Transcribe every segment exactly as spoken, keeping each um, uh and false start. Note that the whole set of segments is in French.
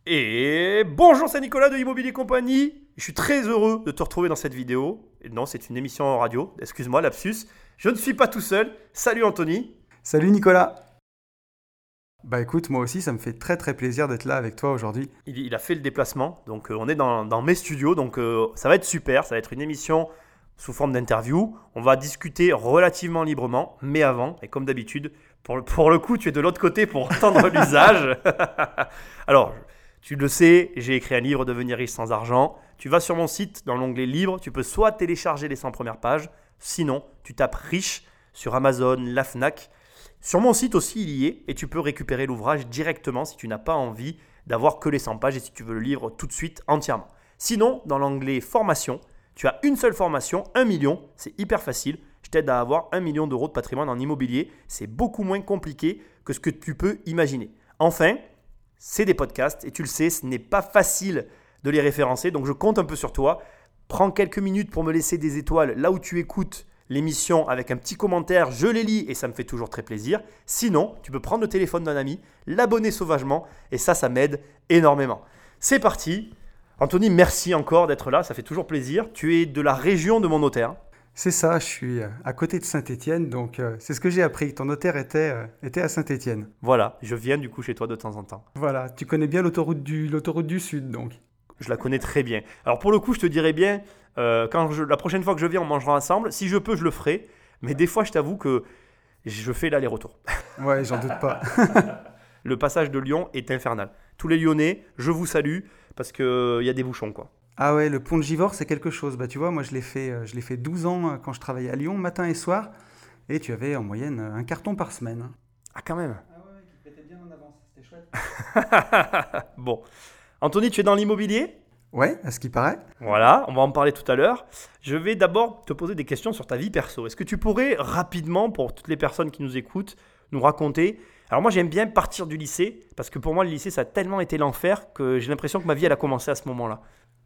Et bonjour, c'est Nicolas de Immobilier Compagnie. Je suis très heureux de te retrouver dans cette vidéo. Et non, c'est une émission en radio. Excuse-moi, lapsus. Je ne suis pas tout seul. Salut Anthony. Salut Nicolas. Bah écoute, moi aussi, ça me fait très très plaisir d'être là avec toi aujourd'hui. Il, il a fait le déplacement. Donc euh, on est dans, dans mes studios. Donc euh, ça va être super. Ça va être une émission sous forme d'interview. On va discuter relativement librement. Mais avant, et comme d'habitude, pour le, pour le coup, tu es de l'autre côté pour entendre l'usage. Alors... Tu le sais, j'ai écrit un livre, Devenir riche sans argent. Tu vas sur mon site, dans l'onglet livre, tu peux soit télécharger les cent premières pages, sinon tu tapes riche sur Amazon, la Fnac. Sur mon site aussi, il y est, et tu peux récupérer l'ouvrage directement si tu n'as pas envie d'avoir que les cent pages et si tu veux le livre tout de suite entièrement. Sinon, dans l'onglet formation, tu as une seule formation, un million, c'est hyper facile. Je t'aide à avoir un million d'euros de patrimoine en immobilier. C'est beaucoup moins compliqué que ce que tu peux imaginer. Enfin, c'est des podcasts et tu le sais, ce n'est pas facile de les référencer. Donc je compte un peu sur toi. Prends quelques minutes pour me laisser des étoiles là où tu écoutes l'émission avec un petit commentaire. Je les lis et ça me fait toujours très plaisir. Sinon, tu peux prendre le téléphone d'un ami, l'abonner sauvagement et ça, ça m'aide énormément. C'est parti. Anthony, merci encore d'être là. Ça fait toujours plaisir. Tu es de la région de mon notaire. C'est ça, je suis à côté de Saint-Étienne, donc euh, c'est ce que j'ai appris. Ton notaire était, euh, était à Saint-Étienne. Voilà, je viens du coup chez toi de temps en temps. Voilà, tu connais bien l'autoroute du, l'autoroute du Sud, donc. Je la connais très bien. Alors pour le coup, je te dirais bien, euh, quand je, la prochaine fois que je viens, on mangera ensemble. Si je peux, je le ferai. Mais des fois, je t'avoue que je fais l'aller-retour. Ouais, j'en doute pas. Le passage de Lyon est infernal. Tous les Lyonnais, je vous salue parce qu'il y a des bouchons, quoi. Ah ouais, le pont de Givors, c'est quelque chose. Bah tu vois, moi je l'ai fait, euh, je l'ai fait douze ans euh, quand je travaillais à Lyon, matin et soir. Et tu avais en moyenne euh, un carton par semaine. Ah quand même. Ah ouais, qui te mettait bien en avance, c'était chouette. Bon. Anthony, tu es dans l'immobilier ? Ouais, à ce qui paraît. Voilà, on va en parler tout à l'heure. Je vais d'abord te poser des questions sur ta vie perso. Est-ce que tu pourrais rapidement, pour toutes les personnes qui nous écoutent, nous raconter... Alors moi j'aime bien partir du lycée, parce que pour moi le lycée ça a tellement été l'enfer que j'ai l'impression que ma vie elle a commencé à ce moment-là.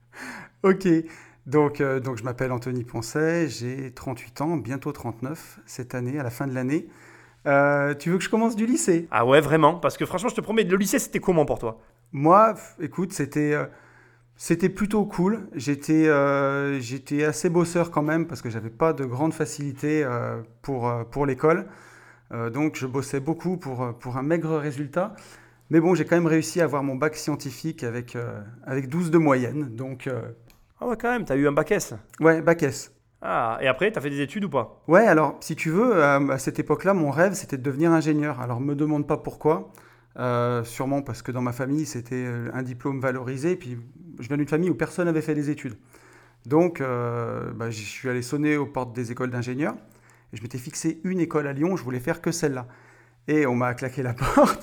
Ok, donc, euh, donc je m'appelle Anthony Poncet, j'ai trente-huit ans, bientôt trente-neuf cette année, à la fin de l'année. Euh, tu veux que je commence du lycée ? Ah ouais, vraiment ? Parce que franchement, je te promets, le lycée, c'était comment pour toi ? Moi, f- écoute, c'était, euh, c'était plutôt cool. J'étais, euh, j'étais assez bosseur quand même parce que j'avais pas de grande facilité euh, pour, euh, pour l'école. Euh, donc je bossais beaucoup pour, euh, pour un maigre résultat. Mais bon, j'ai quand même réussi à avoir mon bac scientifique avec, euh, avec douze de moyenne. Donc, euh, Ah ouais, quand même, t'as eu un bac S. ouais, bac S. Ah, et après, t'as fait des études ou pas ? Ouais, alors, si tu veux, à, à cette époque-là, mon rêve, c'était de devenir ingénieur. Alors, me demande pas pourquoi. Euh, sûrement parce que dans ma famille, c'était euh, un diplôme valorisé. Puis, je viens d'une famille où personne n'avait fait des études. Donc, euh, bah, je suis allé sonner aux portes des écoles d'ingénieurs. Et je m'étais fixé une école à Lyon. Je voulais faire que celle-là. Et on m'a claqué la porte.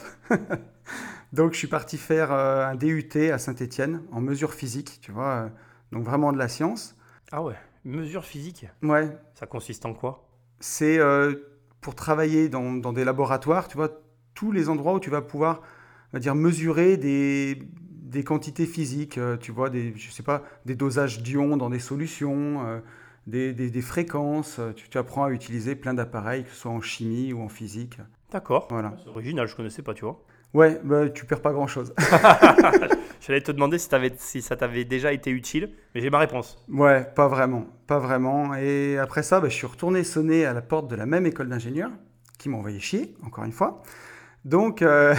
Donc, je suis parti faire euh, un D U T à Saint-Étienne en mesure physique, tu vois. euh, donc, vraiment de la science. Ah ouais, mesure physique. Ouais, Ça consiste en quoi ? c'est euh, pour travailler dans, dans des laboratoires, tu vois, tous les endroits où tu vas pouvoir, on va dire, mesurer des, des quantités physiques, euh, tu vois, des, je sais pas, des dosages d'ions dans des solutions, euh, des, des- des fréquences. euh, Tu, tu apprends à utiliser plein d'appareils, que ce soit en chimie ou en physique. D'accord. Voilà. C'est original, je connaissais pas, tu vois. Ouais, bah, tu perds pas grand-chose. J'allais te demander si, t'avais- si ça t'avait déjà été utile, mais j'ai ma réponse. Ouais, pas vraiment, pas vraiment. Et après ça, bah, je suis retourné sonner à la porte de la même école d'ingénieurs, qui m'a envoyé chier, encore une fois. Donc, euh,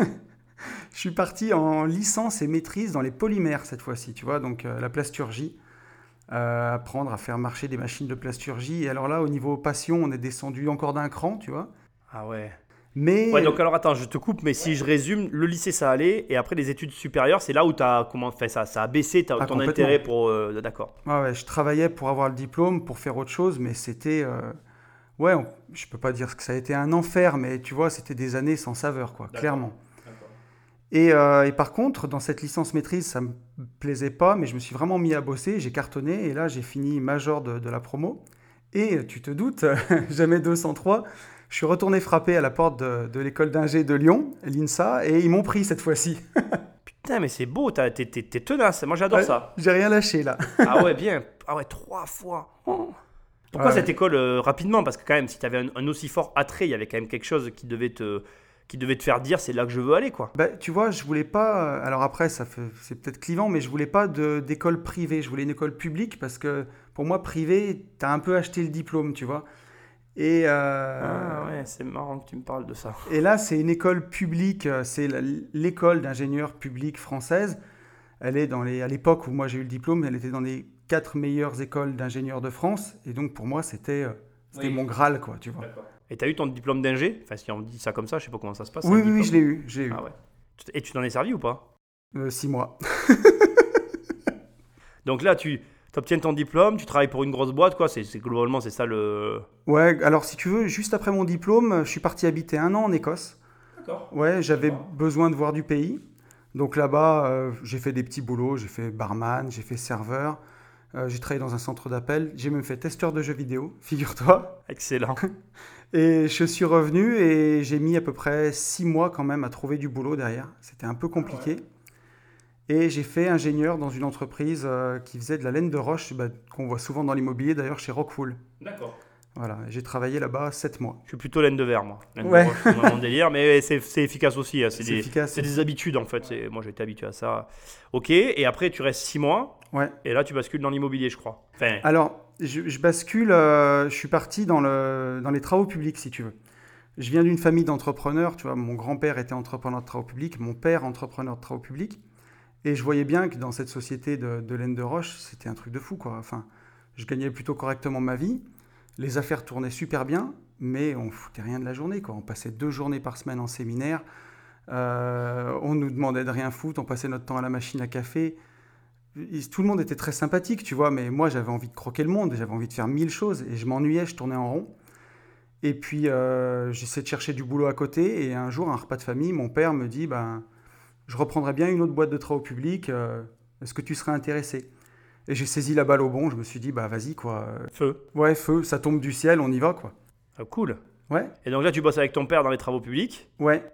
je suis parti en licence et maîtrise dans les polymères cette fois-ci, tu vois, donc euh, la plasturgie, euh, apprendre à faire marcher des machines de plasturgie. Et alors là, au niveau passion, on est descendu encore d'un cran, tu vois. Ah ouais. Mais Ouais, donc alors attends, je te coupe, mais si je résume, le lycée ça allait, et après les études supérieures, c'est là où t'as comment fait ça, ça a baissé ta- Ah, ton complètement. intérêt pour. euh, D'accord. ouais, ouais, je travaillais pour avoir le diplôme, pour faire autre chose, mais c'était... euh, ouais, on- je peux pas dire que ça a été un enfer, mais tu vois, c'était des années sans saveur, quoi, D'accord. clairement. D'accord. Et, euh, et par contre, dans cette licence maîtrise, ça me plaisait pas, mais je me suis vraiment mis à bosser, j'ai cartonné, et là, j'ai fini major de, de la promo. Et tu te doutes, jamais deux cent trois, je suis retourné frapper à la porte de, de l'école d'ingé de Lyon, l'INSA, et ils m'ont pris cette fois-ci. Putain, mais c'est beau, t'as- t'es t'es- t'es tenace, moi j'adore Ouais, ça. j'ai rien lâché là. Ah ouais, bien. Ah ouais, trois fois. Oh. Pourquoi Ouais. cette école euh, rapidement ? Parce que quand même, si tu avais un, un aussi fort attrait, il y avait quand même quelque chose qui devait te, qui devait te faire dire c'est là que je veux aller, quoi. Bah, tu vois, je voulais pas. euh, Alors après, ça fait, c'est peut-être clivant, mais je voulais pas de, d'école privée. Je voulais une école publique parce que pour moi, privé, t'as un peu acheté le diplôme, tu vois. Et, euh, Ah ouais, c'est marrant que tu me parles de ça. et là, c'est une école publique. euh, C'est la- l'école d'ingénieurs publics française. Elle est dans les. À l'époque où moi j'ai eu le diplôme, elle était dans les quatre meilleures écoles d'ingénieurs de France. Et donc pour moi, c'était, euh, c'était Oui. mon Graal, quoi, tu vois. D'accord. Et t'as eu ton diplôme d'ingé? Enfin, si on dit ça comme ça, je sais pas comment ça se passe. Oui, un oui, oui, diplôme. je l'ai eu. Je l'ai eu. Ah ouais. Et tu t'en es servi ou pas? Euh, six mois. Donc là, tu obtiens ton diplôme, tu travailles pour une grosse boîte, quoi. C'est, c'est- globalement, c'est ça le. Ouais, alors si tu veux, juste après mon diplôme, je suis parti habiter un an en Écosse. D'accord. Ouais, j'avais Sympa. besoin de voir du pays. Donc là-bas, euh, j'ai fait des petits boulots. J'ai fait barman, j'ai fait serveur. euh, j'ai travaillé dans un centre d'appel. J'ai même fait testeur de jeux vidéo, figure-toi. Excellent. Et je suis revenu et j'ai mis à peu près six mois quand même à trouver du boulot derrière. C'était un peu compliqué. Et j'ai fait ingénieur dans une entreprise euh, qui faisait de la laine de roche, bah, qu'on voit souvent dans l'immobilier d'ailleurs chez Rockwool. D'accord. Voilà, j'ai travaillé là-bas sept mois. Je suis plutôt laine de verre, moi. Laine Ouais. de roche, c'est mon délire, mais c'est, c'est efficace aussi. hein. C'est, C'est des, efficace. c'est des habitudes, en fait. C'est, moi, j'ai été habitué à ça. Ok, et après, tu restes six mois, Ouais. et là, tu bascules dans l'immobilier, je crois. Enfin, Alors, je, je bascule, euh, je suis parti dans, le, dans les travaux publics, si tu veux. Je viens d'une famille d'entrepreneurs, tu vois, mon grand-père était entrepreneur de travaux publics, mon père entrepreneur de travaux publics, et je voyais bien que dans cette société de, de laine de roche, c'était un truc de fou, quoi. Enfin, je gagnais plutôt correctement ma vie, les affaires tournaient super bien, mais on foutait rien de la journée, quoi. On passait deux journées par semaine en séminaire, euh, on nous demandait de rien foutre, on passait notre temps à la machine à café. Il- Tout le monde était très sympathique, tu vois, mais moi j'avais envie de croquer le monde, j'avais envie de faire mille choses, et je m'ennuyais, je tournais en rond. Et puis euh, j'essaie de chercher du boulot à côté, et un jour, un repas de famille, mon père me dit, ben, je reprendrais bien une autre boîte de travaux publics, euh, est-ce que tu serais intéressé? Et j'ai saisi la balle au bon, je me suis dit, bah vas-y, quoi. euh, feu. Ouais, feu, ça tombe du ciel, on y va, quoi. Ah, cool. Ouais, Et donc là, tu bosses avec ton père dans les travaux publics, ouais.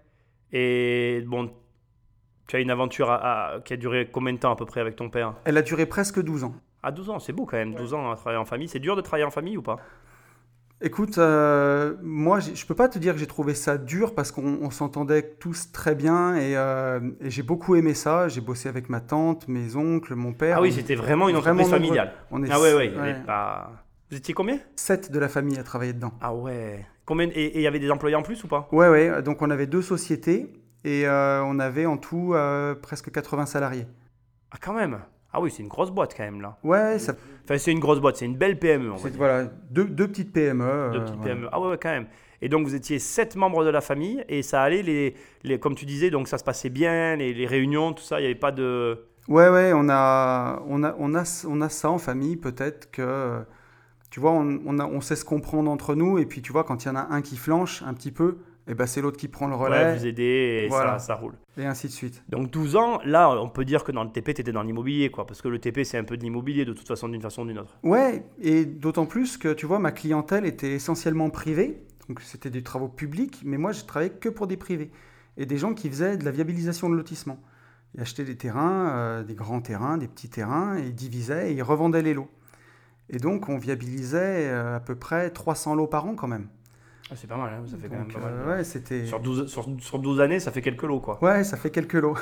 et bon, tu as une aventure à- à- qui a duré combien de temps à peu près avec ton père? Elle a duré presque douze ans. À douze ans, c'est beau quand même, douze ans à travailler en famille. C'est dur de travailler en famille ou pas? Écoute, euh, moi, j'ai- je peux pas te dire que j'ai trouvé ça dur parce qu'on on s'entendait tous très bien et, euh, et j'ai beaucoup aimé ça. J'ai bossé avec ma tante, mes oncles, mon père. Ah oui, On- c'était vraiment une vraiment entreprise nombreux. familiale. On est Ah ouais, ouais, il y ouais, avait pas- Vous étiez combien? sept de la famille à travailler dedans. Ah ouais. Combien... Et et il y avait des employés en plus ou pas? Ouais, ouais. Donc on avait deux sociétés et euh, on avait en tout euh, presque quatre-vingts salariés. Ah quand même. Ah oui, c'est une grosse boîte quand même là. Ouais, ça, Enfin, c'est une grosse boîte, c'est une belle P M E, on va c'est- dire. voilà, deux, deux petites P M E. euh, Deux petites voilà. P M E. Ah ouais, ouais, quand même. Et donc vous étiez sept membres de la famille et ça allait, les, les, comme tu disais, donc ça se passait bien, les, les réunions, tout ça, il n'y avait pas de... Ouais, ouais, on a, on a, on a, on a ça en famille, peut-être que, tu vois, on, on, a- on sait se comprendre entre nous, et puis tu vois, quand il y en a un qui flanche un petit peu, et ben c'est l'autre qui prend le Ouais, relais, vous aider et Voilà. ça, ça roule. et ainsi de suite. Donc douze ans, là, on peut dire que dans le T P, tu étais dans l'immobilier, quoi. Parce que le T P, c'est un peu de l'immobilier, de toute façon, d'une façon ou d'une autre. Ouais, et d'autant plus que, tu vois, ma clientèle était essentiellement privée, donc c'était des travaux publics, mais moi, je travaillais que pour des privés, et des gens qui faisaient de la viabilisation de lotissement. Ils achetaient des terrains, euh, des grands terrains, des petits terrains, et ils divisaient, et ils revendaient les lots. Et donc, on viabilisait euh, à peu près trois cents lots par an, quand même. Ah, c'est pas mal, hein, ça fait quand Donc, même pas mal. euh, ouais, c'était... Sur, douze, sur, sur douze années, ça fait quelques lots, quoi. Ouais, ça fait quelques lots.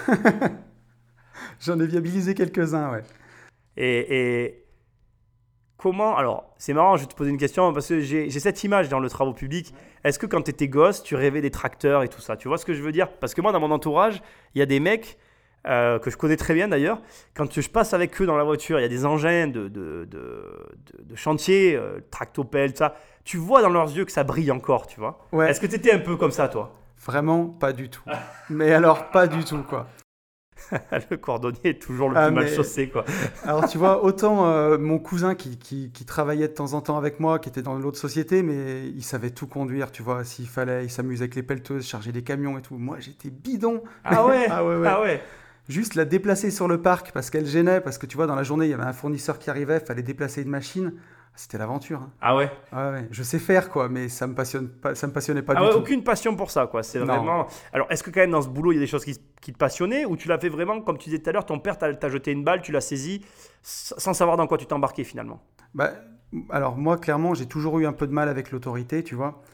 J'en ai viabilisé quelques-uns, ouais. Et, et comment... Alors, c'est marrant, je vais te poser une question, parce que j'ai, j'ai cette image dans le travaux public. Est-ce que quand tu étais gosse, tu rêvais des tracteurs et tout ça? Tu vois ce que je veux dire? Parce que moi, dans mon entourage, il y a des mecs... euh, que je connais très bien d'ailleurs, quand je passe avec eux dans la voiture, il y a des engins de, de, de, de, de chantier, euh, tractopelle, tout ça. Tu vois dans leurs yeux que ça brille encore, tu vois. Ouais. Est-ce que tu étais un peu comme ça, toi? Vraiment, pas du tout. Mais alors, pas du tout, quoi. Le cordonnier est toujours le Ah, plus mal mais- chaussé, quoi. Alors, tu vois, autant euh, mon cousin qui, qui, qui travaillait de temps en temps avec moi, qui était dans l'autre société, mais il savait tout conduire, tu vois. S'il fallait, il s'amusait avec les pelleteuses, charger des camions et tout. Moi, j'étais bidon. Ah ouais, Ah ouais, ouais. Ah ouais. Juste la déplacer sur le parc parce qu'elle gênait, parce que tu vois, dans la journée, il y avait un fournisseur qui arrivait, il fallait déplacer une machine. C'était l'aventure. Hein. Ah ouais. Ah ouais, je sais faire, quoi, mais ça me passionne pas, ça me passionnait pas Ah du ouais, tout. aucune passion pour ça, quoi. C'est Non. vraiment. Alors, est-ce que quand même dans ce boulot, il y a des choses qui, qui te passionnaient ou tu l'as fait vraiment, comme tu disais tout à l'heure, ton père t'a, t'a jeté une balle, tu l'as saisie s- sans savoir dans quoi tu t'embarquais finalement? Bah, alors moi, clairement, j'ai toujours eu un peu de mal avec l'autorité, tu vois.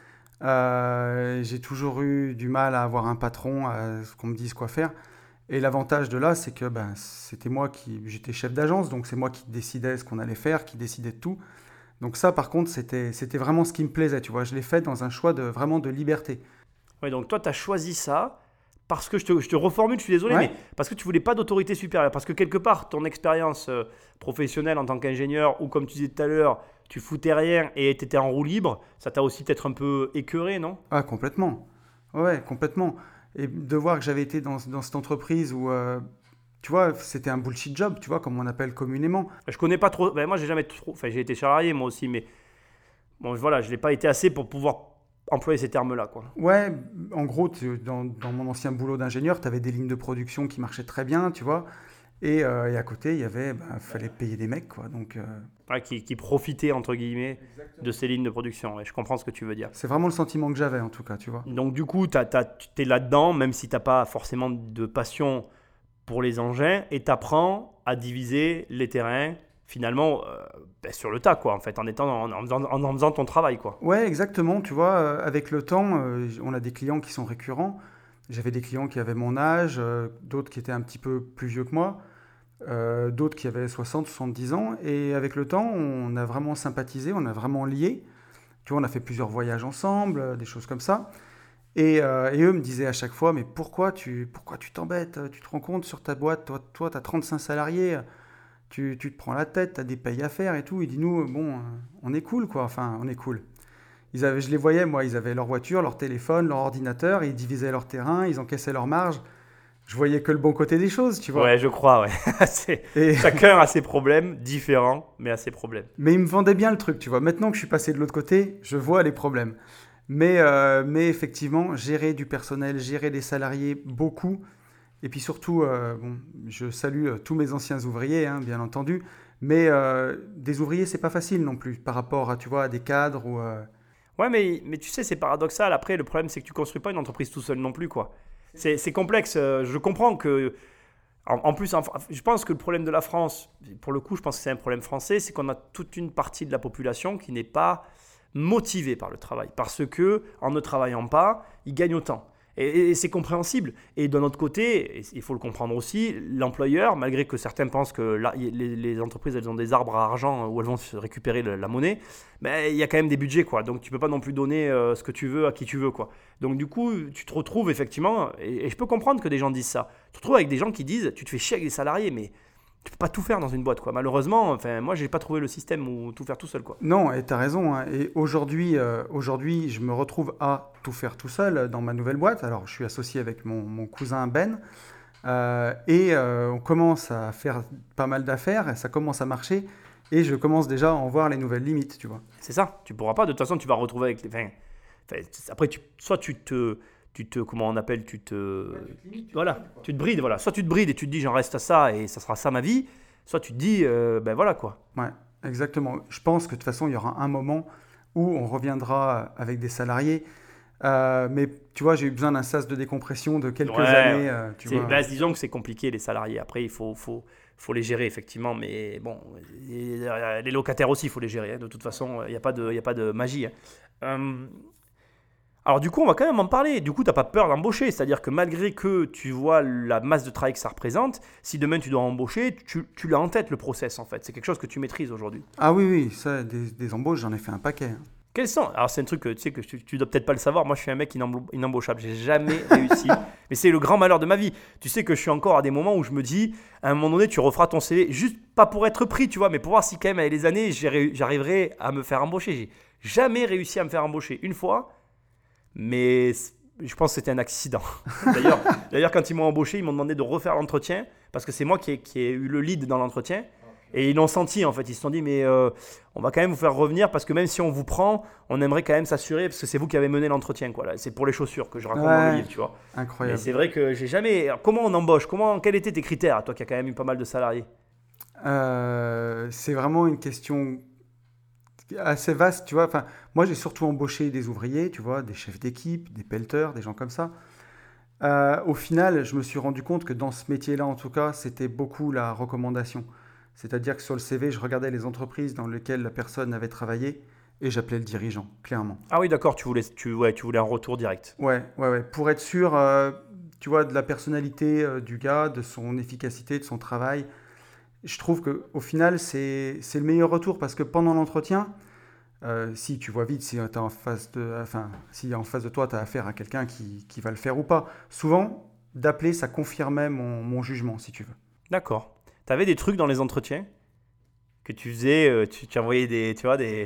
Euh, j'ai toujours eu du mal à avoir un patron, à ce qu'on me dise quoi faire. Et l'avantage de là, c'est que ben, c'était moi qui, j'étais chef d'agence, donc c'est moi qui décidais ce qu'on allait faire, qui décidait de tout. Donc ça, par contre, c'était, c'était vraiment ce qui me plaisait, tu vois. Je l'ai fait dans un choix de vraiment de liberté. Ouais, donc toi, tu as choisi ça parce que je te, je te reformule, je suis désolé, Ouais. mais parce que tu voulais pas d'autorité supérieure. Parce que quelque part, ton expérience euh, professionnelle en tant qu'ingénieur, ou comme tu disais tout à l'heure, tu foutais rien et tu étais en roue libre, ça t'a aussi peut-être un peu écœuré, non? Ah, complètement. Ouais, complètement. Et de voir que j'avais été dans, dans cette entreprise où, euh, tu vois, c'était un bullshit job, tu vois, comme on appelle communément. Je connais pas trop. Ben, moi, j'ai jamais trop. Enfin, j'ai été salarié moi aussi, mais bon, voilà, je l'ai pas été assez pour pouvoir employer ces termes-là, quoi. Ouais, en gros, tu- dans, dans mon ancien boulot d'ingénieur, tu avais des lignes de production qui marchaient très bien, tu vois. Et, euh, et à côté, il y avait, bah, fallait payer des mecs, quoi. Donc, euh, Ouais, qui, qui profitait entre guillemets de ces lignes de production. Et je comprends ce que tu veux dire. c'est vraiment le sentiment que j'avais, en tout cas, tu vois. Donc du coup, t'as, t'as, tu es là-dedans, même si t'as pas forcément de passion pour les engins, et t'apprends à diviser les terrains finalement euh, ben, sur le tas, quoi, en fait, en étant en, en faisant, en, en faisant ton travail, quoi. Ouais, exactement. Tu vois, euh, avec le temps, euh, on a des clients qui sont récurrents. J'avais des clients qui avaient mon âge, euh, d'autres qui étaient un petit peu plus vieux que moi, euh, d'autres qui avaient soixante, soixante-dix ans. Et avec le temps, on a vraiment sympathisé, on a vraiment lié. Tu vois, on a fait plusieurs voyages ensemble, euh, des choses comme ça. Et, euh, et eux me disaient à chaque fois, mais pourquoi tu pourquoi tu t'embêtes? Tu te rends compte sur ta boîte, toi, toi tu as trente-cinq salariés, tu, tu te prends la tête, tu as des payes à faire et tout. Il dit, nous, bon, euh, on est cool, quoi. Enfin, on est cool. Ils avaient, je les voyais, moi, ils avaient leur voiture, leur téléphone, leur ordinateur, et ils divisaient leur terrain, ils encaissaient leur marge. Je voyais que le bon côté des choses, tu vois. Ouais, je crois, ouais. C'est- Et, Chacun a ses problèmes, différents, mais a ses problèmes. mais ils me vendaient bien le truc, tu vois. Maintenant que je suis passé de l'autre côté, je vois les problèmes. Mais, euh, mais effectivement, gérer du personnel, gérer des salariés, beaucoup. Et puis surtout, euh, bon, je salue euh, tous mes anciens ouvriers, hein, bien entendu. Mais euh, des ouvriers, c'est pas facile non plus par rapport à, tu vois, à des cadres ou. euh, Ouais, mais, mais tu sais, c'est paradoxal. Après, le problème, c'est que tu construis pas une entreprise tout seul non plus, quoi. C'est c'est complexe. euh, Je comprends que. En, en plus, en- je pense que le problème de la France, pour le coup, je pense que c'est un problème français, c'est qu'on a toute une partie de la population qui n'est pas motivée par le travail. Parce que, en ne travaillant pas, ils gagnent autant. Et, et- et c'est compréhensible. Et d'un autre côté, et il faut le comprendre aussi, l'employeur, malgré que certains pensent que la- les, les entreprises, elles ont des arbres à argent où elles vont se récupérer le- la monnaie, mais il y a quand même des budgets, quoi. Donc tu peux pas non plus donner euh, ce que tu veux à qui tu veux, quoi. Donc du coup, tu te retrouves effectivement, et, et je peux comprendre que des gens disent ça. Tu te retrouves avec des gens qui disent, tu te fais chier avec des salariés, mais tu peux pas tout faire dans une boîte, quoi. Malheureusement, enfin, moi, j'ai pas trouvé le système où tout faire tout seul, quoi. Non, et tu as raison, hein. Et aujourd'hui, euh, aujourd'hui, je me retrouve à tout faire tout seul euh, dans ma nouvelle boîte. Alors, je suis associé avec mon, mon cousin Ben. euh, et euh, on commence à faire pas mal d'affaires. Et ça commence à marcher. Et je commence déjà à en voir les nouvelles limites, tu vois. C'est ça. Tu pourras pas. De toute façon, tu vas retrouver avec les. Enfin, enfin, après, tu, soit tu te, tu te, comment on appelle, tu te, voilà, tu te brides, voilà. Soit tu te brides et tu te dis, j'en reste à ça et ça sera ça ma vie. Soit tu te dis, euh, ben voilà quoi. Ouais, exactement. Je pense que de toute façon, il y aura un moment où on reviendra avec des salariés. Euh, mais tu vois, j'ai eu besoin d'un sas de décompression de quelques Ouais, années. ouais. euh, tu C'est, vois. ben, disons que c'est compliqué les salariés. Après, il faut, faut, faut les gérer effectivement, mais bon, et, euh, les locataires aussi, il faut les gérer. Hein. De toute façon, il n'y a pas de, il y a pas de magie. Hein. Euh, Alors du coup, on va quand même en parler. Du coup, tu n'as pas peur d'embaucher. C'est-à-dire que malgré que tu vois la masse de travail que ça représente, si demain tu dois embaucher, tu, tu l'as en tête le process en fait. C'est quelque chose que tu maîtrises aujourd'hui. Ah oui, oui, ça, des, des embauches, j'en ai fait un paquet, hein. Quels sont Alors c'est un truc que tu sais que tu, tu dois peut-être pas le savoir. Moi, je suis un mec inembo- inembauchable. J'ai jamais réussi. Mais c'est le grand malheur de ma vie. Tu sais que je suis encore à des moments où je me dis, à un moment donné, tu referas ton C V juste pas pour être pris, tu vois, mais pour voir si quand même avec les années, j'ai ré- j'arriverai à me faire embaucher. J'ai jamais réussi à me faire embaucher une fois. Mais c- je pense que c'était un accident. D'ailleurs, d'ailleurs, quand ils m'ont embauché, ils m'ont demandé de refaire l'entretien parce que c'est moi qui ai, qui ai eu le lead dans l'entretien. Et ils l'ont senti en fait. Ils se sont dit, mais euh, on va quand même vous faire revenir parce que même si on vous prend, on aimerait quand même s'assurer parce que c'est vous qui avez mené l'entretien. Quoi, là. C'est pour les chaussures que je raconte dans le Ouais. livre, tu vois. Mais Incroyable. c'est vrai que j'ai jamais. Alors, comment on embauche Comment Quels étaient tes critères, toi qui as quand même eu pas mal de salariés? Euh, c'est vraiment une question assez vaste, tu vois. Enfin, moi, j'ai surtout embauché des ouvriers, tu vois, des chefs d'équipe, des pelleteurs, des gens comme ça. Euh, au final, je me suis rendu compte que dans ce métier-là, en tout cas, c'était beaucoup la recommandation. C'est-à-dire que sur le C V, je regardais les entreprises dans lesquelles la personne avait travaillé et j'appelais le dirigeant, clairement. Ah oui, d'accord, tu voulais, tu, ouais, tu voulais un retour direct. Ouais, ouais, ouais. Pour être sûr, euh, tu vois, de la personnalité euh, du gars, de son efficacité, de son travail. Je trouve qu'au final, c'est, c'est le meilleur retour parce que pendant l'entretien, euh, si tu vois vite si, t'as en face de, enfin, si en face de toi, tu as affaire à quelqu'un qui, qui va le faire ou pas. Souvent, d'appeler, ça confirmait mon, mon jugement, si tu veux. D'accord. Tu avais des trucs dans les entretiens que tu faisais, euh, tu, tu envoyais des, tu vois, des...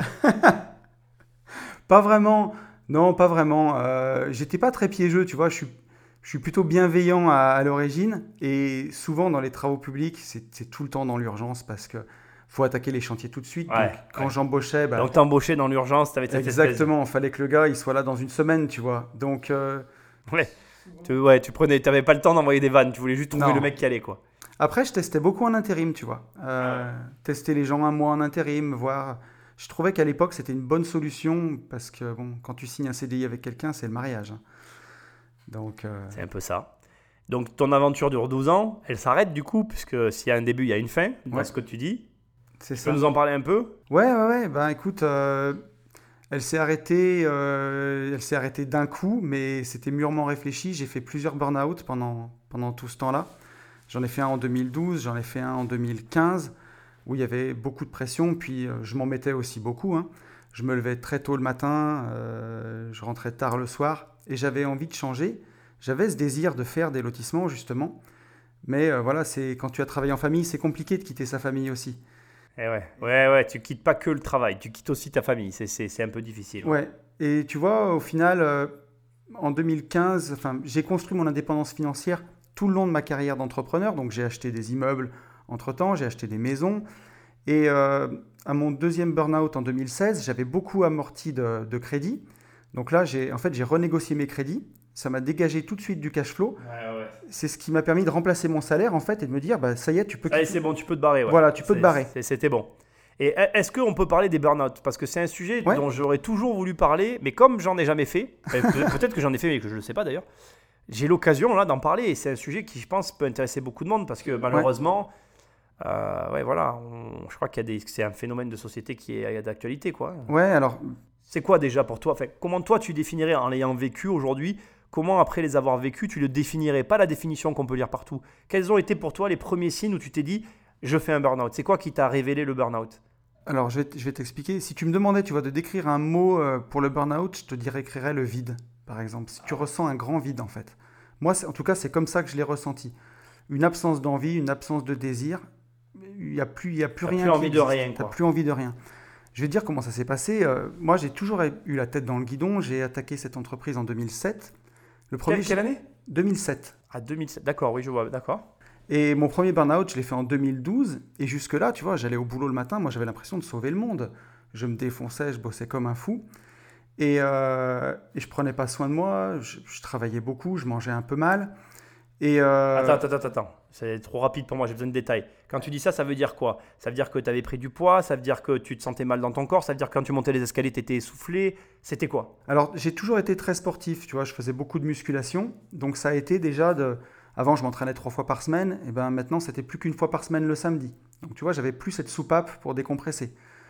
Pas vraiment. Non, pas vraiment. Euh, j'étais pas très piégeux, tu vois. Je suis, je suis plutôt bienveillant à, à l'origine. Et souvent, dans les travaux publics, c'est, c'est tout le temps dans l'urgence parce que faut attaquer les chantiers tout de suite. Ouais, Donc, quand ouais. j'embauchais, bah, Donc t'embauchais dans l'urgence, t'avais cette exactement, il fallait que le gars il soit là dans une semaine, tu vois. Donc, euh, espèce... Ouais. Tu, ouais, tu prenais, t'avais pas le temps d'envoyer des vannes, tu voulais juste trouver Non. le mec qui allait, quoi. après, je testais beaucoup en intérim, tu vois. Euh, Tester les gens un mois en intérim, voir. Je trouvais qu'à l'époque, c'était une bonne solution parce que, bon, quand tu signes un C D I avec quelqu'un, c'est le mariage. hein. Donc, euh, C'est un peu ça. Donc ton aventure dure douze ans, elle s'arrête du coup, puisque s'il y a un début, il y a une fin, dans Ouais. ce que tu dis. c'est Tu ça. peux nous en parler un peu? Ouais, ouais, ouais. Ben, écoute, euh, elle s'est arrêtée, euh, elle s'est arrêtée d'un coup, mais c'était mûrement réfléchi. J'ai fait plusieurs burn-out pendant, pendant tout ce temps-là. J'en ai fait un en deux mille douze, j'en ai fait un en deux mille quinze, où il y avait beaucoup de pression, puis euh, je m'en mettais aussi beaucoup. hein. Je me levais très tôt le matin, euh, je rentrais tard le soir, et j'avais envie de changer. J'avais ce désir de faire des lotissements, justement. Mais euh, voilà, c'est, quand tu as travaillé en famille, c'est compliqué de quitter sa famille aussi. Eh ouais, ouais, ouais, tu quittes pas que le travail, tu quittes aussi ta famille, c'est, c'est, c'est un peu difficile. Ouais, et tu vois, au final, euh, en deux mille quinze, enfin, j'ai construit mon indépendance financière tout le long de ma carrière d'entrepreneur. Donc, j'ai acheté des immeubles entre-temps, j'ai acheté des maisons. Et euh, à mon deuxième burn-out en deux mille seize, j'avais beaucoup amorti de, de crédit. Donc là, j'ai, en fait, j'ai renégocié mes crédits. Ça m'a dégagé tout de suite du cash flow. Ouais, ouais. C'est ce qui m'a permis de remplacer mon salaire, en fait, et de me dire, bah, ça y est, tu peux Allez, quitter. c'est bon, tu peux te barrer. Ouais. Voilà, tu peux C'est- te barrer. c'est- C'était bon. Et est-ce qu'on peut parler des burn-out? Parce que c'est un sujet Ouais. dont j'aurais toujours voulu parler, mais comme j'en ai jamais fait, euh, peut- peut-être que j'en ai fait, mais que je ne le sais pas d'ailleurs, j'ai l'occasion là d'en parler et c'est un sujet qui, je pense, peut intéresser beaucoup de monde parce que malheureusement, euh, ouais, voilà, on- je crois qu'il y a des, c'est un phénomène de société qui est d'actualité, quoi. Ouais, alors, C'est quoi déjà pour toi? Enfin, comment toi tu définirais en l'ayant vécu aujourd'hui? Comment après les avoir vécus, tu le définirais? Pas la définition qu'on peut lire partout. Quels ont été pour toi les premiers signes où tu t'es dit je fais un burn-out? C'est quoi qui t'a révélé le burn-out? Alors, je vais, t- je vais t'expliquer. Si tu me demandais, tu vois, de décrire un mot euh, pour le burn-out, je te dirais écrirais le vide, par exemple. Si tu ressens un grand vide, en fait. Moi, c'est- en tout cas, c'est comme ça que je l'ai ressenti. Une absence d'envie, une absence de désir. Il n'y a plus, il y a plus T'as rien plus qui envie de existe. rien, T'as quoi. plus envie de rien. Je vais te dire comment ça s'est passé. Euh, moi, j'ai toujours eu la tête dans le guidon. J'ai attaqué cette entreprise en deux mille sept. Le premier, Quelle, quelle année? deux mille sept. À deux mille sept. D'accord, oui, je vois, d'accord. Et mon premier burn-out, je l'ai fait en deux mille douze. Et jusque-là, tu vois, j'allais au boulot le matin. Moi, j'avais l'impression de sauver le monde. Je me défonçais, je bossais comme un fou. Et, euh, et je prenais pas soin de moi. Je, je travaillais beaucoup, je mangeais un peu mal. Et euh, Attends, attends, attends, attends. C'est trop rapide pour moi, j'ai besoin de détails. Quand tu dis ça, ça veut dire quoi? Ça veut dire que tu avais pris du poids? Ça veut dire que tu te sentais mal dans ton corps? Ça veut dire que quand tu montais les escaliers, tu étais essoufflé? C'était quoi? alors, j'ai toujours été très sportif. Tu vois, je faisais beaucoup de musculation. Donc, ça a été déjà de. Avant, je m'entraînais trois fois par semaine. Et ben maintenant, c'était plus qu'une fois par semaine le samedi. Donc, tu vois, j'avais plus cette soupape pour décompresser.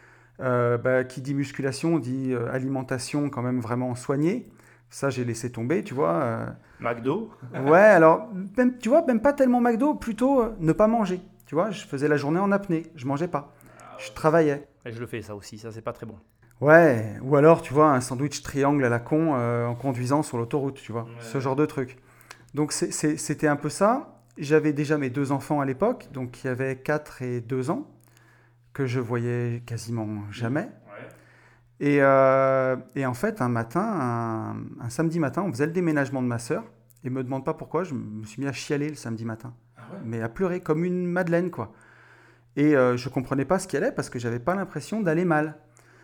Euh, bah, qui dit musculation dit euh, alimentation quand même vraiment soignée. Ça, j'ai laissé tomber, tu vois. euh. McDo? Ouais, alors, même, tu vois, même pas tellement McDo, plutôt euh, ne pas manger. Tu vois, je faisais la journée en apnée, je mangeais pas. Je travaillais. Et je le fais ça aussi, ça c'est pas très bon. Ouais, ou alors, tu vois, un sandwich triangle à la con euh, en conduisant sur l'autoroute, tu vois, Ouais. ce genre de truc. Donc, c'est- c'est- c'était un peu ça. J'avais déjà mes deux enfants à l'époque, donc qui avaient quatre et deux ans, que je voyais quasiment jamais. Et, euh, et en fait, un matin, un, un samedi matin, on faisait le déménagement de ma sœur. Et me demande pas pourquoi, je me suis mis à chialer le samedi matin. Mais à pleurer comme une madeleine, quoi. Et euh, je comprenais pas ce qui allait parce que j'avais pas l'impression d'aller mal.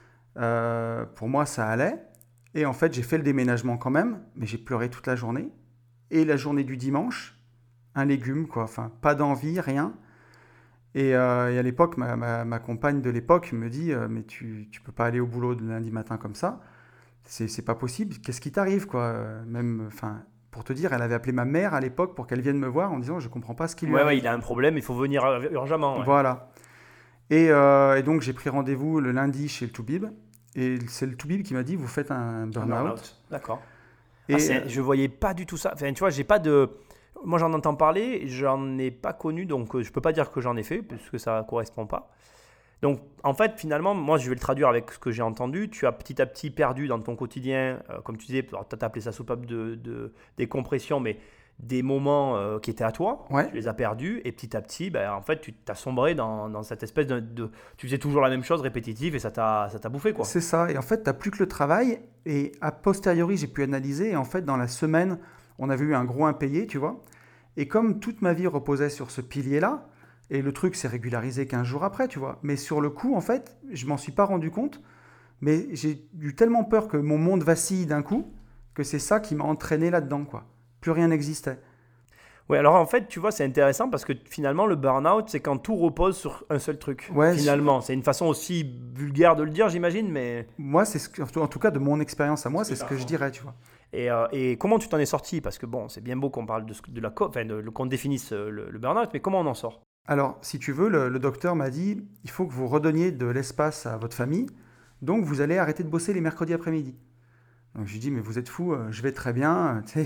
Euh, pour moi, ça allait. Et en fait, j'ai fait le déménagement quand même, mais j'ai pleuré toute la journée. Et la journée du dimanche, un légume, quoi. Enfin, pas d'envie, rien. Et, euh, et à l'époque, ma, ma- ma compagne de l'époque me dit euh, mais tu, tu peux pas aller au boulot le lundi matin comme ça. C'est, c'est pas possible. Qu'est-ce qui t'arrive, quoi? Euh, Même, enfin, pour te dire, elle avait appelé ma mère à l'époque pour qu'elle vienne me voir en disant je comprends pas ce qui lui Ouais, arrive. ouais, il a un problème, il faut venir euh, urgemment. Ouais. Voilà. Et, euh, et donc, j'ai pris rendez-vous le lundi chez le Toubib. Et c'est le Toubib qui m'a dit, vous faites un burn-out. Burn-out. D'accord. Et Ah, c'est- je voyais pas du tout ça. Enfin, tu vois, j'ai pas de. Moi, j'en entends parler, j'en ai pas connu, donc euh, je peux pas dire que j'en ai fait, puisque ça correspond pas. Donc, en fait, finalement, moi, je vais le traduire avec ce que j'ai entendu. Tu as petit à petit perdu dans ton quotidien, euh, comme tu disais, tu as appelé ça soupape de, de décompression, mais des moments euh, qui étaient à toi, ouais, tu les as perdus, et petit à petit, ben, en fait, tu t'as sombré dans, dans cette espèce de, de- Tu faisais toujours la même chose, répétitive, et ça t'a ça t'a bouffé, quoi. c'est ça. Et en fait, tu n'as plus que le travail. Et a posteriori, j'ai pu analyser. Et en fait, dans la semaine, on avait eu un gros impayé, tu vois. Et comme toute ma vie reposait sur ce pilier-là, et le truc s'est régularisé quinze jours après, tu vois. Mais sur le coup, en fait, je m'en suis pas rendu compte. Mais j'ai eu tellement peur que mon monde vacille d'un coup, que c'est ça qui m'a entraîné là-dedans, quoi. Plus rien n'existait. Ouais, alors en fait, tu vois, c'est intéressant parce que finalement, le burn-out, c'est quand tout repose sur un seul truc. Ouais, Finalement, c'est une façon aussi vulgaire de le dire, j'imagine, mais. moi, c'est ce que, en tout cas, de mon expérience à moi, c'est ce que je dirais, tu vois. Et, euh, et comment tu t'en es sorti? Parce que bon, c'est bien beau qu'on parle de, ce- de la co- enfin, de- de- qu'on définisse euh, le, le burn-out, mais comment on en sort? Alors, si tu veux, le, le docteur m'a dit, il faut que vous redonniez de l'espace à votre famille, donc vous allez arrêter de bosser les mercredis après-midi. Donc je lui dis, mais vous êtes fou, euh, je vais très bien. tu sais.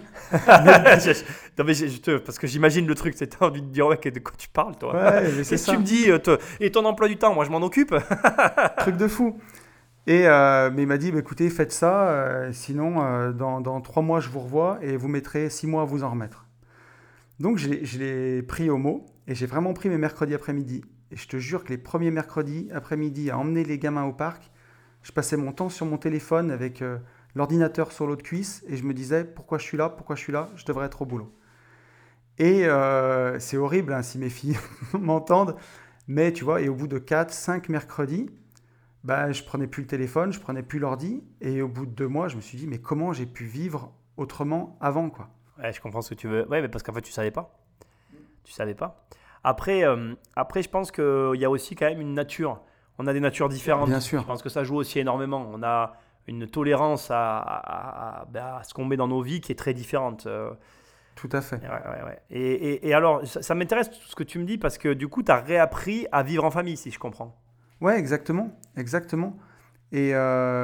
Je- non, mais je- je te- parce que j'imagine le truc, c'est t'as envie de dire, ouais, de quoi tu parles, toi? Ouais, mais c'est Qu'est-ce que ça, tu me dis? euh, te- Et ton emploi du temps, moi je m'en occupe. truc de fou. Et euh, mais il m'a dit, bah, écoutez, faites ça, euh, sinon euh, dans, dans trois mois je vous revois et vous mettrez six mois à vous en remettre. Donc je l'ai je l'ai pris au mot et j'ai vraiment pris mes mercredis après-midi. Et je te jure que les premiers mercredis après-midi à emmener les gamins au parc, je passais mon temps sur mon téléphone avec euh, l'ordinateur sur l'autre cuisse et je me disais pourquoi je suis là, pourquoi je suis là, je devrais être au boulot. Et euh, c'est horrible hein, si mes filles m'entendent, mais tu vois, et au bout de quatre, cinq mercredis, bah, je prenais plus le téléphone, je prenais plus l'ordi et au bout de deux mois, je me suis dit mais comment j'ai pu vivre autrement avant quoi. Ouais, je comprends ce que tu veux. Ouais, mais parce qu'en fait, tu savais pas. Tu savais pas. Après, euh, après je pense qu'il y a aussi quand même une nature. On a des natures différentes. Bien sûr. Je pense que ça joue aussi énormément. On a une tolérance à, à- à- ben, à ce qu'on met dans nos vies qui est très différente. Euh, Tout à fait. ouais, ouais, ouais. Et, et- et alors, ça, ça m'intéresse tout ce que tu me dis parce que du coup, tu as réappris à vivre en famille, si je comprends. Ouais, exactement, exactement. Et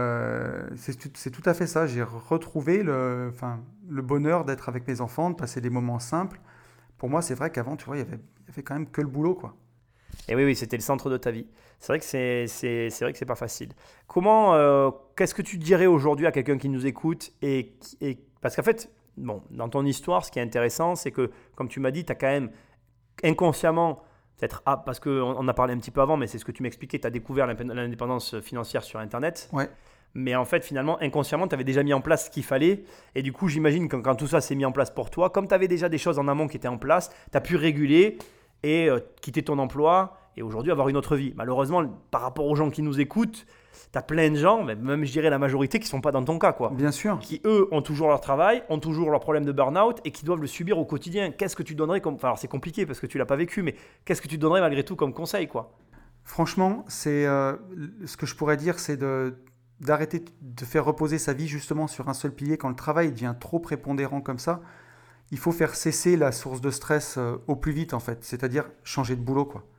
euh, c'est tout, c'est tout à fait ça. J'ai retrouvé le, enfin, le bonheur d'être avec mes enfants, de passer des moments simples. Pour moi, c'est vrai qu'avant, tu vois, il y avait, il y avait quand même que le boulot, quoi. Et oui, oui, c'était le centre de ta vie. C'est vrai que c'est, c'est, c'est vrai que c'est pas facile. Comment, euh, qu'est-ce que tu dirais aujourd'hui à quelqu'un qui nous écoute et, qui- et parce qu'en fait, bon, dans ton histoire, ce qui est intéressant, c'est que, comme tu m'as dit, tu as quand même inconsciemment, peut-être, ah, parce qu'on on a parlé un petit peu avant, mais c'est ce que tu m'expliquais, tu as découvert l'indép- l'indépendance financière sur Internet. Ouais, Mais en fait, finalement, inconsciemment, tu avais déjà mis en place ce qu'il fallait. Et du coup, j'imagine que quand tout ça s'est mis en place pour toi, comme tu avais déjà des choses en amont qui étaient en place, tu as pu réguler et euh, quitter ton emploi et aujourd'hui avoir une autre vie. Malheureusement, par rapport aux gens qui nous écoutent, tu as plein de gens, mais même je dirais la majorité, qui ne sont pas dans ton cas, quoi. bien sûr. Qui, eux, ont toujours leur travail, ont toujours leur problème de burn-out et qui doivent le subir au quotidien. Qu'est-ce que tu donnerais comme... Enfin, alors c'est compliqué parce que tu l'as pas vécu, mais qu'est-ce que tu donnerais malgré tout comme conseil, quoi? Franchement, c'est euh, ce que je pourrais dire, c'est de d'arrêter de faire reposer sa vie justement sur un seul pilier quand le travail devient trop prépondérant comme ça. Il faut faire cesser la source de stress euh, au plus vite en fait, c'est-à-dire changer de boulot quoi.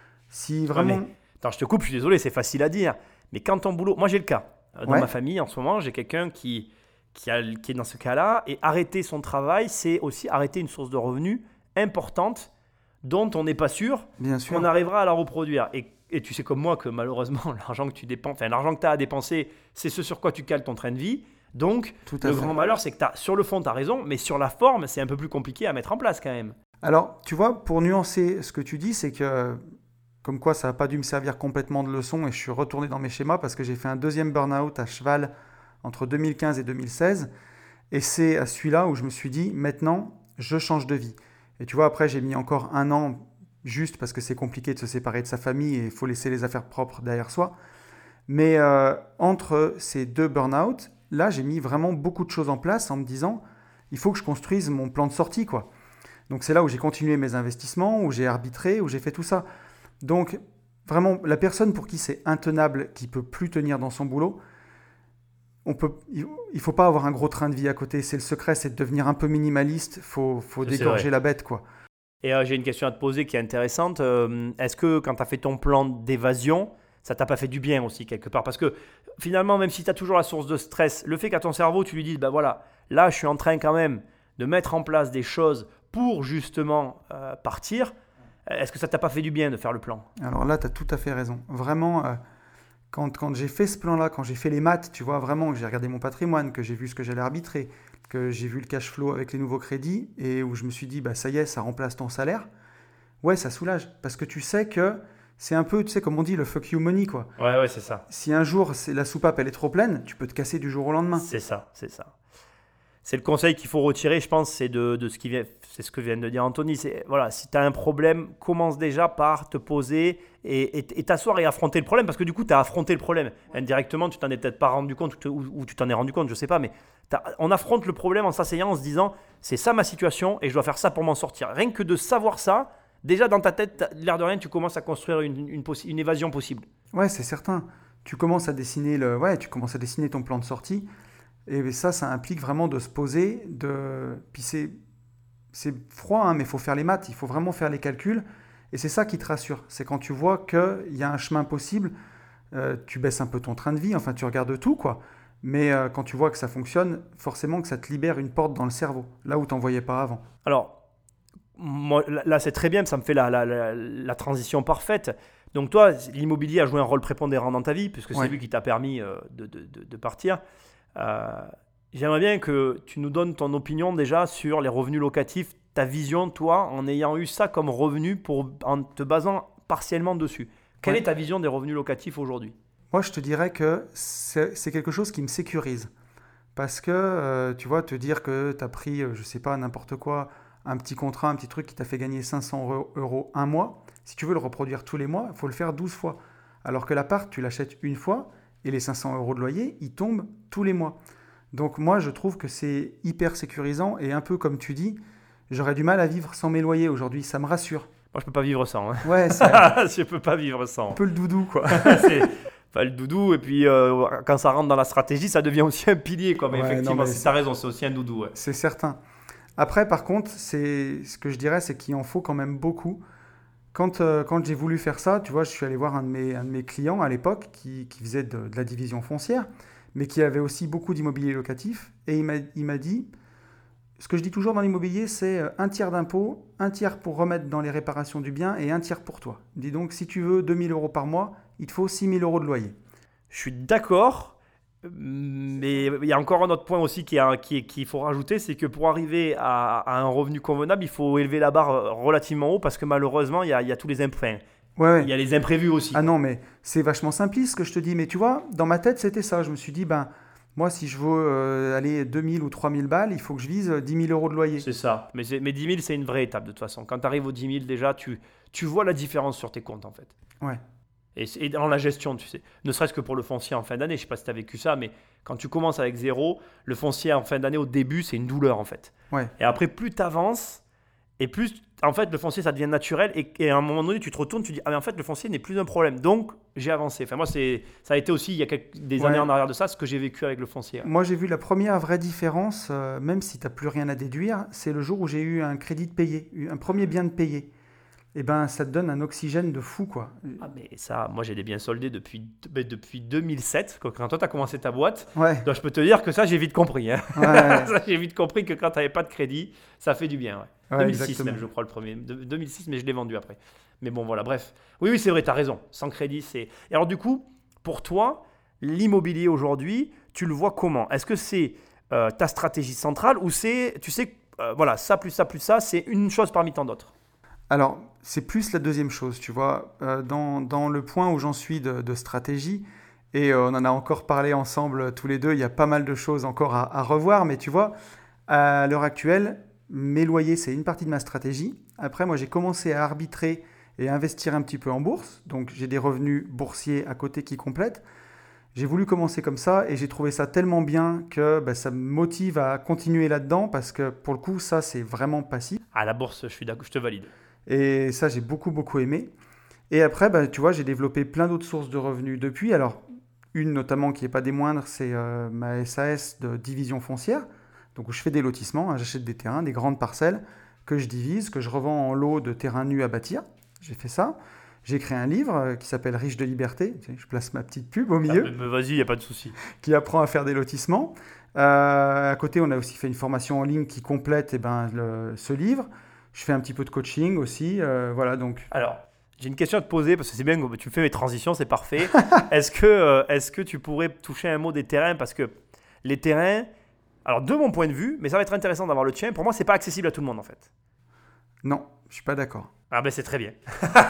Si vraiment, mais- Attends, je te coupe, je suis désolé, c'est facile à dire. Mais quand ton boulot... Moi, j'ai le cas. Euh, Dans Ouais. ma famille, en ce moment, j'ai quelqu'un qui, qui, a, qui est dans ce cas-là. Et arrêter son travail, c'est aussi arrêter une source de revenus importante dont on n'est pas sûr bien sûr, qu'on arrivera à la reproduire. Et, et tu sais comme moi que malheureusement, l'argent que tu dépenses, enfin, l'argent que tu as à dépenser, c'est ce sur quoi tu cales ton train de vie. Donc, tout à le fait. grand malheur, c'est que t'as, sur le fond, tu as raison, mais sur la forme, c'est un peu plus compliqué à mettre en place quand même. Alors, tu vois, pour nuancer ce que tu dis, c'est que comme quoi ça n'a pas dû me servir complètement de leçon et je suis retourné dans mes schémas parce que j'ai fait un deuxième burn-out à cheval entre deux mille quinze et deux mille seize. Et c'est à celui-là où je me suis dit, maintenant, je change de vie. Et tu vois, après, j'ai mis encore un an juste parce que c'est compliqué de se séparer de sa famille et il faut laisser les affaires propres derrière soi. Mais euh, entre ces deux burn-out, là, j'ai mis vraiment beaucoup de choses en place en me disant, il faut que je construise mon plan de sortie, quoi. Donc c'est là où j'ai continué mes investissements, où j'ai arbitré, où j'ai fait tout ça. Donc vraiment, la personne pour qui c'est intenable, qui peut plus tenir dans son boulot, on peut, il ne faut pas avoir un gros train de vie à côté. C'est le secret, c'est de devenir un peu minimaliste. Il faut, faut Ça, c'est dégorger vrai. la bête, quoi. Et euh, j'ai une question à te poser qui est intéressante. Euh, est-ce que quand tu as fait ton plan d'évasion, ça t'a pas fait du bien aussi quelque part. Parce que finalement, même si tu as toujours la source de stress, le fait qu'à ton cerveau, tu lui dises, ben voilà, là, je suis en train quand même de mettre en place des choses pour justement euh, partir, est-ce que ça t'a pas fait du bien de faire le plan? Alors là, tu as tout à fait raison. Vraiment, euh, quand, quand j'ai fait ce plan-là, quand j'ai fait les maths, tu vois, vraiment, que j'ai regardé mon patrimoine, que j'ai vu ce que j'allais arbitrer, que j'ai vu le cash flow avec les nouveaux crédits, et où je me suis dit, bah, ça y est, ça remplace ton salaire, ouais, ça soulage. Parce que tu sais que c'est un peu, tu sais, comme on dit, le fuck you money, quoi. Ouais, ouais, c'est ça. Si un jour, c'est, la soupape, elle est trop pleine, tu peux te casser du jour au lendemain. C'est ça, c'est ça. C'est le conseil qu'il faut retirer, je pense, c'est de, de ce qui vient, c'est ce que vient de dire Anthony. C'est, voilà, si tu as un problème, commence déjà par te poser et, et, et t'asseoir et affronter le problème, parce que du coup, tu as affronté le problème. Indirectement, tu t'en es peut-être pas rendu compte ou, te, ou, ou tu t'en es rendu compte, je sais pas, mais on affronte le problème en s'asseyant, en se disant, c'est ça ma situation et je dois faire ça pour m'en sortir. Rien que de savoir ça, déjà dans ta tête, l'air de rien, tu commences à construire une, une, possi- une évasion possible. Ouais, c'est certain. Tu commences à dessiner le, ouais, tu commences à dessiner ton plan de sortie. Et ça, ça implique vraiment de se poser. De... Puis c'est, c'est froid, hein, mais il faut faire les maths, il faut vraiment faire les calculs. Et c'est ça qui te rassure. C'est quand tu vois qu'il y a un chemin possible, euh, tu baisses un peu ton train de vie, enfin tu regardes tout, quoi. Mais euh, quand tu vois que ça fonctionne, forcément que ça te libère une porte dans le cerveau, là où tu n'en voyais pas avant. Alors, moi, là, c'est très bien, ça me fait la, la, la, la transition parfaite. Donc toi, l'immobilier a joué un rôle prépondérant dans ta vie, puisque c'est Ouais. lui qui t'a permis euh, de, de, de, de partir. Euh, j'aimerais bien que tu nous donnes ton opinion déjà sur les revenus locatifs, ta vision, toi, en ayant eu ça comme revenu, pour, en te basant partiellement dessus. Quelle Ouais. est ta vision des revenus locatifs aujourd'hui? Moi, je te dirais que c'est, c'est quelque chose qui me sécurise. Parce que, euh, tu vois, te dire que tu as pris, euh, je sais pas, n'importe quoi, un petit contrat, un petit truc qui t'a fait gagner cinq cents euros un mois, si tu veux le reproduire tous les mois, il faut le faire douze fois. Alors que l'appart, tu l'achètes une fois et les cinq cents euros de loyer, ils tombent tous les mois. Donc moi, je trouve que c'est hyper sécurisant et un peu comme tu dis, j'aurais du mal à vivre sans mes loyers aujourd'hui, ça me rassure. Moi, je peux pas vivre sans. Hein. Ouais, c'est un Je peux pas vivre sans. peu le doudou, quoi. c'est enfin, le doudou, et puis euh, quand ça rentre dans la stratégie, ça devient aussi un pilier. Quoi. Mais Ouais, effectivement, non, mais c'est, c'est- t'as raison, c'est aussi un doudou. Ouais. C'est certain. Après, par contre, c'est ce que je dirais, c'est qu'il en faut quand même beaucoup. Quand, euh, quand j'ai voulu faire ça, tu vois, je suis allé voir un de mes, un de mes clients à l'époque qui, qui faisait de, de la division foncière, mais qui avait aussi beaucoup d'immobilier locatif. Et il m'a, il m'a dit, ce que je dis toujours dans l'immobilier, c'est euh, un tiers d'impôt, un tiers pour remettre dans les réparations du bien et un tiers pour toi. Dis donc, si tu veux deux mille euros par mois, il te faut six mille euros de loyer. Je suis d'accord, mais il y a encore un autre point aussi qui a- qui est- qu'il faut rajouter, c'est que pour arriver à, à un revenu convenable, il faut élever la barre euh, relativement haut, parce que malheureusement, il y a, il y a tous les imprévus. Ouais, ouais. Il y a les imprévus aussi. Ah non, mais c'est vachement simpliste ce que je te dis. Mais tu vois, dans ma tête, c'était ça. Je me suis dit, ben, moi, si je veux euh, aller deux mille ou trois mille balles, il faut que je vise dix mille euros de loyer. C'est ça. Mais, c'est- mais dix mille, c'est une vraie étape de toute façon. Quand tu arrives aux dix mille, déjà, tu, tu vois la différence sur tes comptes en fait. Ouais. Et, c'est- et dans la gestion, tu sais. Ne serait-ce que pour le foncier en fin d'année. Je sais pas si tu as vécu ça, mais quand tu commences avec zéro, le foncier en fin d'année, au début, c'est une douleur en fait. Ouais. Et après, plus tu avances, et plus, en fait, le foncier, ça devient naturel. Et, et à un moment donné, tu te retournes, tu dis, ah mais en fait, le foncier n'est plus un problème. Donc, j'ai avancé. Enfin, moi, c'est, ça a été aussi, il y a quelques, des Ouais. années en arrière de ça, ce que j'ai vécu avec le foncier. Moi, j'ai vu la première vraie différence, euh, même si tu n'as plus rien à déduire, c'est le jour où j'ai eu un crédit de payé, eu un premier bien de payé. Et ben, ça te donne un oxygène de fou, quoi. Ah, mais ça, moi, j'ai des biens soldés depuis, ben, depuis deux mille sept, quand toi, tu as commencé ta boîte. Ouais. Donc, je peux te dire que ça, j'ai vite compris. Hein. Ouais, Ça, j'ai vite compris que quand tu n'avais pas de crédit, ça fait du bien. Ouais. ouais, deux mille six exactement. même, je crois, le premier. De- deux mille six, mais je l'ai vendu après. Mais bon, voilà, bref. Oui, oui, c'est vrai, tu as raison. Sans crédit, c'est... Et alors, du coup, pour toi, l'immobilier aujourd'hui, tu le vois comment? Est-ce que c'est euh, ta stratégie centrale ou c'est, tu sais, euh, voilà, ça plus ça plus ça, c'est une chose parmi tant d'autres? Alors, c'est plus la deuxième chose, tu vois. Euh, dans, dans le point où j'en suis de, de stratégie, et euh, on en a encore parlé ensemble tous les deux, il y a pas mal de choses encore à, à revoir, mais tu vois, à l'heure actuelle, mes loyers, c'est une partie de ma stratégie. Après, moi, j'ai commencé à arbitrer et à investir un petit peu en bourse, donc j'ai des revenus boursiers à côté qui complètent. J'ai voulu commencer comme ça et j'ai trouvé ça tellement bien que bah, ça me motive à continuer là-dedans parce que pour le coup, ça, c'est vraiment passif. À la bourse, je suis d'accord, je te valide. Et ça, j'ai beaucoup, beaucoup aimé. Et après, bah, tu vois, j'ai développé plein d'autres sources de revenus depuis. Alors, une notamment qui n'est pas des moindres, c'est euh, ma S A S de division foncière. Donc, où je fais des lotissements, hein, j'achète des terrains, des grandes parcelles que je divise, que je revends en lots de terrains nus à bâtir. J'ai fait ça. J'ai créé un livre euh, qui s'appelle Riche de liberté. Je place ma petite pub au milieu. Ah, mais vas-y, il n'y a pas de souci. Qui apprend à faire des lotissements. Euh, à côté, on a aussi fait une formation en ligne qui complète eh ben, le, ce livre. Je fais un petit peu de coaching aussi. Euh, voilà, donc. Alors, j'ai une question à te poser parce que c'est bien que tu fais mes transitions, c'est parfait. est-ce, que, euh, est-ce que tu pourrais toucher un mot des terrains? Parce que les terrains, alors de mon point de vue, mais ça va être intéressant d'avoir le tien, pour moi, c'est pas accessible à tout le monde en fait. Non, je suis pas d'accord. Ah ben c'est très bien.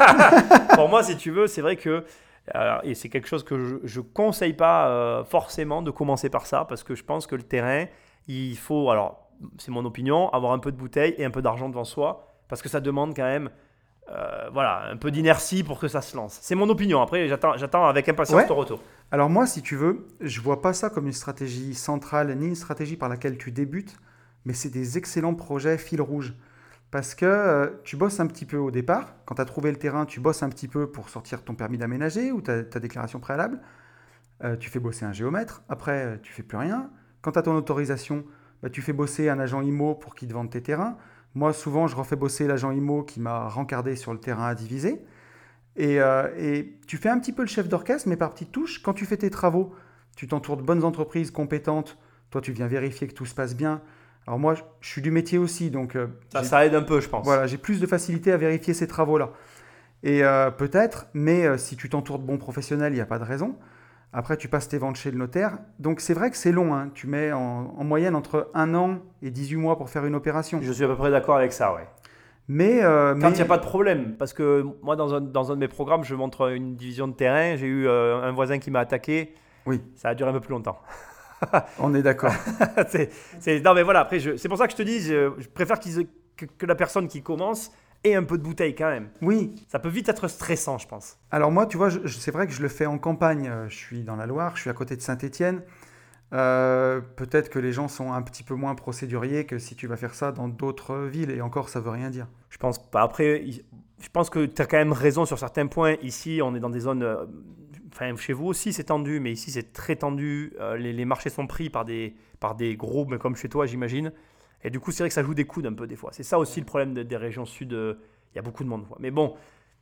Pour moi, si tu veux, c'est vrai que, euh, et c'est quelque chose que je ne conseille pas euh, forcément de commencer par ça, parce que je pense que le terrain, il faut, alors c'est mon opinion, avoir un peu de bouteille et un peu d'argent devant soi, parce que ça demande quand même euh, voilà, un peu d'inertie pour que ça se lance. C'est mon opinion, après j'attends, j'attends avec impatience Ouais. ton retour. Alors moi, si tu veux, je vois pas ça comme une stratégie centrale, ni une stratégie par laquelle tu débutes, mais c'est des excellents projets fil rouge. Parce que euh, tu bosses un petit peu au départ. Quand tu as trouvé le terrain, tu bosses un petit peu pour sortir ton permis d'aménager ou ta, ta déclaration préalable. Euh, tu fais bosser un géomètre. Après, euh, tu fais plus rien. Quand tu as ton autorisation, bah, tu fais bosser un agent IMO pour qu'il te vende tes terrains. Moi, souvent, je refais bosser l'agent IMO qui m'a rencardé sur le terrain à diviser. Et, euh, et tu fais un petit peu le chef d'orchestre, mais par petites touches. Quand tu fais tes travaux, tu t'entoures de bonnes entreprises compétentes. Toi, tu viens vérifier que tout se passe bien. Alors moi, je suis du métier aussi, donc euh, Ça, ça aide un peu, je pense. Voilà, j'ai plus de facilité à vérifier ces travaux-là. Et euh, peut-être, mais euh, si tu t'entoures de bons professionnels, il n'y a pas de raison. Après, tu passes tes ventes chez le notaire. Donc c'est vrai que c'est long. Hein. Tu mets en, en moyenne entre un an et dix-huit mois pour faire une opération. Je suis à peu près d'accord avec ça, ouais. Mais, euh, Quand il mais... n'y a pas de problème, parce que moi, dans un, dans un de mes programmes, je montre une division de terrain. J'ai eu euh, un voisin qui m'a attaqué. Oui. Ça a duré un peu plus longtemps. On est d'accord. c'est, c'est, non mais voilà, après je, c'est pour ça que je te dis, je, je préfère qu'ils, que, que la personne qui commence ait un peu de bouteille quand même. Oui. Ça peut vite être stressant, je pense. Alors moi, tu vois, je, c'est vrai que je le fais en campagne. Je suis dans la Loire, je suis à côté de Saint-Étienne. Euh, peut-être que les gens sont un petit peu moins procéduriers que si tu vas faire ça dans d'autres villes. Et encore, ça veut rien dire. Je pense pas. Après, je pense que tu as quand même raison sur certains points. Ici, on est dans des zones... Euh, Enfin, chez vous aussi, c'est tendu, mais ici, c'est très tendu. Euh, les, les marchés sont pris par des, par des gros, mais comme chez toi, j'imagine. Et du coup, c'est vrai que ça joue des coudes un peu des fois. C'est ça aussi le problème de, des régions sud. Il euh, y a beaucoup de monde. Mais bon,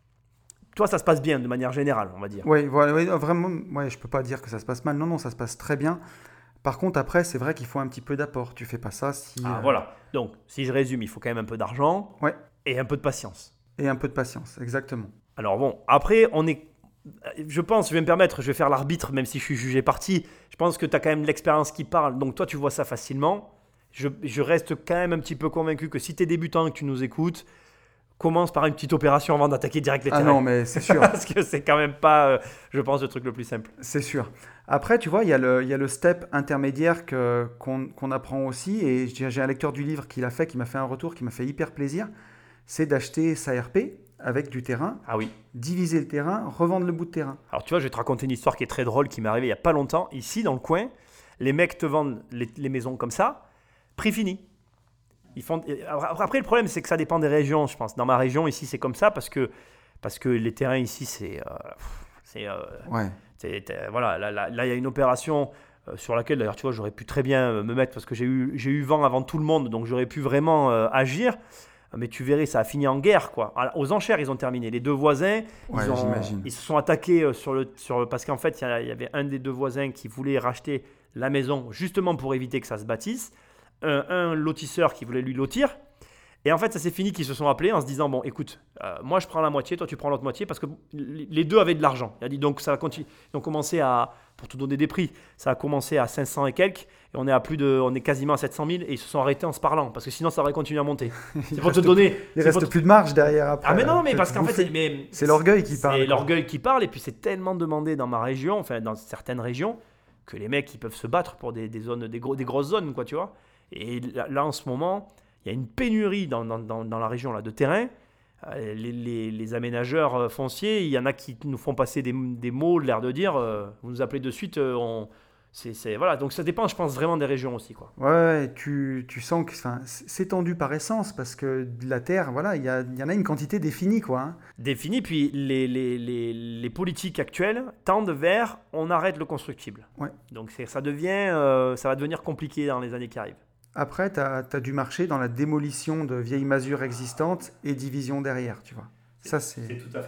toi, ça se passe bien de manière générale, on va dire. Oui, voilà, ouais, vraiment, ouais, je peux pas dire que ça se passe mal. Non, non, ça se passe très bien. Par contre, après, c'est vrai qu'il faut un petit peu d'apport. Tu fais pas ça si... Ah, euh... voilà. Donc, si je résume, il faut quand même un peu d'argent ouais. et un peu de patience. Et un peu de patience, exactement. Alors bon, après, on est... Je pense, je vais me permettre, je vais faire l'arbitre, même si je suis jugé parti. Je pense que tu as quand même l'expérience qui parle, donc toi, tu vois ça facilement. Je, je reste quand même un petit peu convaincu que si tu es débutant et que tu nous écoutes, commence par une petite opération avant d'attaquer direct les terrains. Ah non, mais c'est sûr. Parce que c'est quand même pas, euh, je pense, le truc le plus simple. C'est sûr. Après, tu vois, il y a le, il y a le step intermédiaire que, qu'on, qu'on apprend aussi, et j'ai un lecteur du livre qui l'a fait, qui m'a fait un retour, qui m'a fait hyper plaisir, c'est d'acheter sa R P avec du terrain, ah oui. diviser le terrain, revendre le bout de terrain. Alors tu vois, je vais te raconter une histoire qui est très drôle, qui m'est arrivée il n'y a pas longtemps. Ici, dans le coin, les mecs te vendent les, les maisons comme ça, prix fini. Ils font... Après, le problème, c'est que ça dépend des régions, je pense. Dans ma région, ici, c'est comme ça parce que, parce que les terrains ici, c'est... Euh, c'est, euh, ouais. c'est voilà, là, là, là, il y a une opération euh, sur laquelle, d'ailleurs, tu vois, j'aurais pu très bien me mettre parce que j'ai eu, j'ai eu vent avant tout le monde, donc j'aurais pu vraiment euh, agir. Mais tu verrais, ça a fini en guerre, quoi. Aux enchères, ils ont terminé. Les deux voisins, ouais, ils, ont, ils se sont attaqués sur le, sur le, parce qu'en fait, il y, y avait un des deux voisins qui voulait racheter la maison justement pour éviter que ça se bâtisse. Un, un lotisseur qui voulait lui lotir. Et en fait, ça s'est fini qu'ils se sont appelés en se disant, bon, écoute, euh, moi je prends la moitié, toi tu prends l'autre moitié, parce que les deux avaient de l'argent. Il a dit, donc ça va continuer. Ils ont commencé à, pour te donner des prix, ça a commencé à cinq cents et quelques, et on est à plus de, on est quasiment à sept cent mille, et ils se sont arrêtés en se parlant, parce que sinon ça aurait continué à monter. C'est pour te donner. Plus, il reste pour plus de marge derrière après. Ah mais non, mais parce qu'en fait, mais c'est l'orgueil qui parle. C'est l'orgueil qui parle, et puis c'est tellement demandé dans ma région, enfin dans certaines régions, que les mecs ils peuvent se battre pour des, des zones, des, gros, des grosses zones, quoi, tu vois. Et là, là en ce moment. Il y a une pénurie dans, dans, dans, dans la région là, de terrain. Euh, les, les, les aménageurs fonciers, il y en a qui nous font passer des, des mots, l'air de dire, euh, vous nous appelez de suite, euh, on, c'est, c'est, voilà. Donc ça dépend, je pense, vraiment des régions aussi, quoi. Ouais, tu, tu sens que c'est tendu par essence, parce que de la terre, voilà, il y, a, il y en a une quantité définie, quoi. Hein. Définie, puis les, les, les, les politiques actuelles tendent vers, on arrête le constructible. Ouais. Donc c'est, ça, devient, euh, ça va devenir compliqué dans les années qui arrivent. Après, tu as du marché dans la démolition de vieilles masures existantes et division derrière, tu vois. C'est, ça, c'est... c'est tout à fait vrai.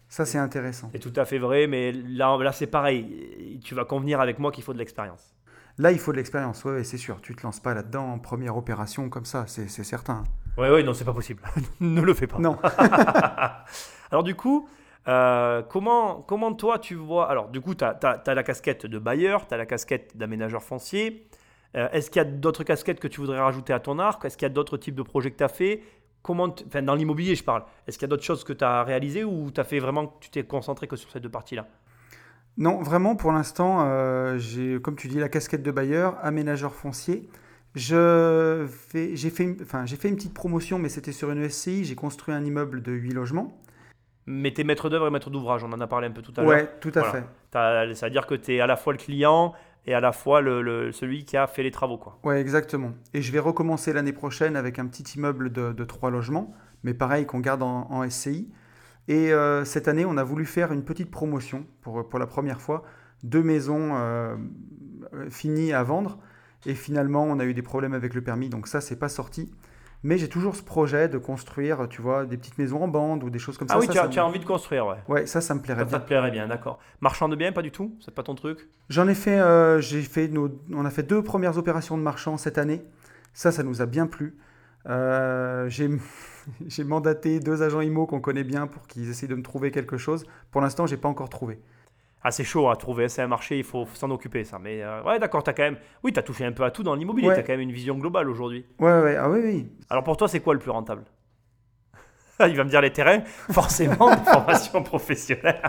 Ça, c'est intéressant. C'est tout à fait vrai, mais là, là c'est pareil. Tu vas convenir avec moi qu'il faut de l'expérience. Là, il faut de l'expérience, ouais, ouais, c'est sûr. Tu te lances pas là-dedans en première opération comme ça, c'est, c'est certain. Oui, oui, non, c'est pas possible. Ne le fais pas. Non. Alors du coup, euh, comment, comment toi tu vois... Alors du coup, tu as la casquette de bailleur, tu as la casquette d'aménageur foncier. Euh, est-ce qu'il y a d'autres casquettes que tu voudrais rajouter à ton arc? Est-ce qu'il y a d'autres types de projets que tu as fait? Comment t- Enfin, dans l'immobilier, je parle. Est-ce qu'il y a d'autres choses que tu as réalisées ou tu as fait vraiment, tu t'es concentré que sur ces deux parties-là? Non, vraiment, pour l'instant, euh, j'ai, comme tu dis, la casquette de bailleur, aménageur foncier. Je fais, j'ai, fait, une- enfin, j'ai fait une petite promotion, mais c'était sur une E S C I. J'ai construit un immeuble de huit logements. Mais tu es maître d'œuvre et maître d'ouvrage, on en a parlé un peu tout à l'heure. Ouais, tout à Voilà. fait. T'as- C'est-à-dire que tu es à la fois le client et à la fois le, le- celui qui a fait les travaux, quoi. Ouais, exactement. Et je vais recommencer l'année prochaine avec un petit immeuble de, de trois logements, mais pareil qu'on garde en, en S C I. Et euh, cette année, on a voulu faire une petite promotion pour, pour la première fois. Deux maisons euh, euh, finies à vendre. Et finalement, on a eu des problèmes avec le permis, donc ça, c'est pas sorti. Mais j'ai toujours ce projet de construire, tu vois, des petites maisons en bande ou des choses comme Ah ça. oui, ça, tu as, ça tu as me- envie de construire, ouais. Ouais, ça, ça me plairait Ça, ça bien. te plairait bien, d'accord. Marchand de biens, pas du tout? C'est pas ton truc? J'en ai fait, euh, j'ai fait nos- on a fait deux premières opérations de marchand cette année. Ça, ça nous a bien plu. Euh, j'ai, j'ai mandaté deux agents I M O qu'on connaît bien pour qu'ils essayent de me trouver quelque chose. Pour l'instant, j'ai pas encore trouvé. Ah, c'est chaud à trouver, c'est un marché, il faut, faut s'en occuper, ça. Mais euh, ouais, d'accord, t'as quand même... Oui, t'as touché un peu à tout dans l'immobilier, Ouais. t'as quand même une vision globale aujourd'hui. Ouais, ouais, ah oui, oui. Alors pour toi, c'est quoi le plus rentable? Il va me dire les terrains, forcément, des formations professionnelles.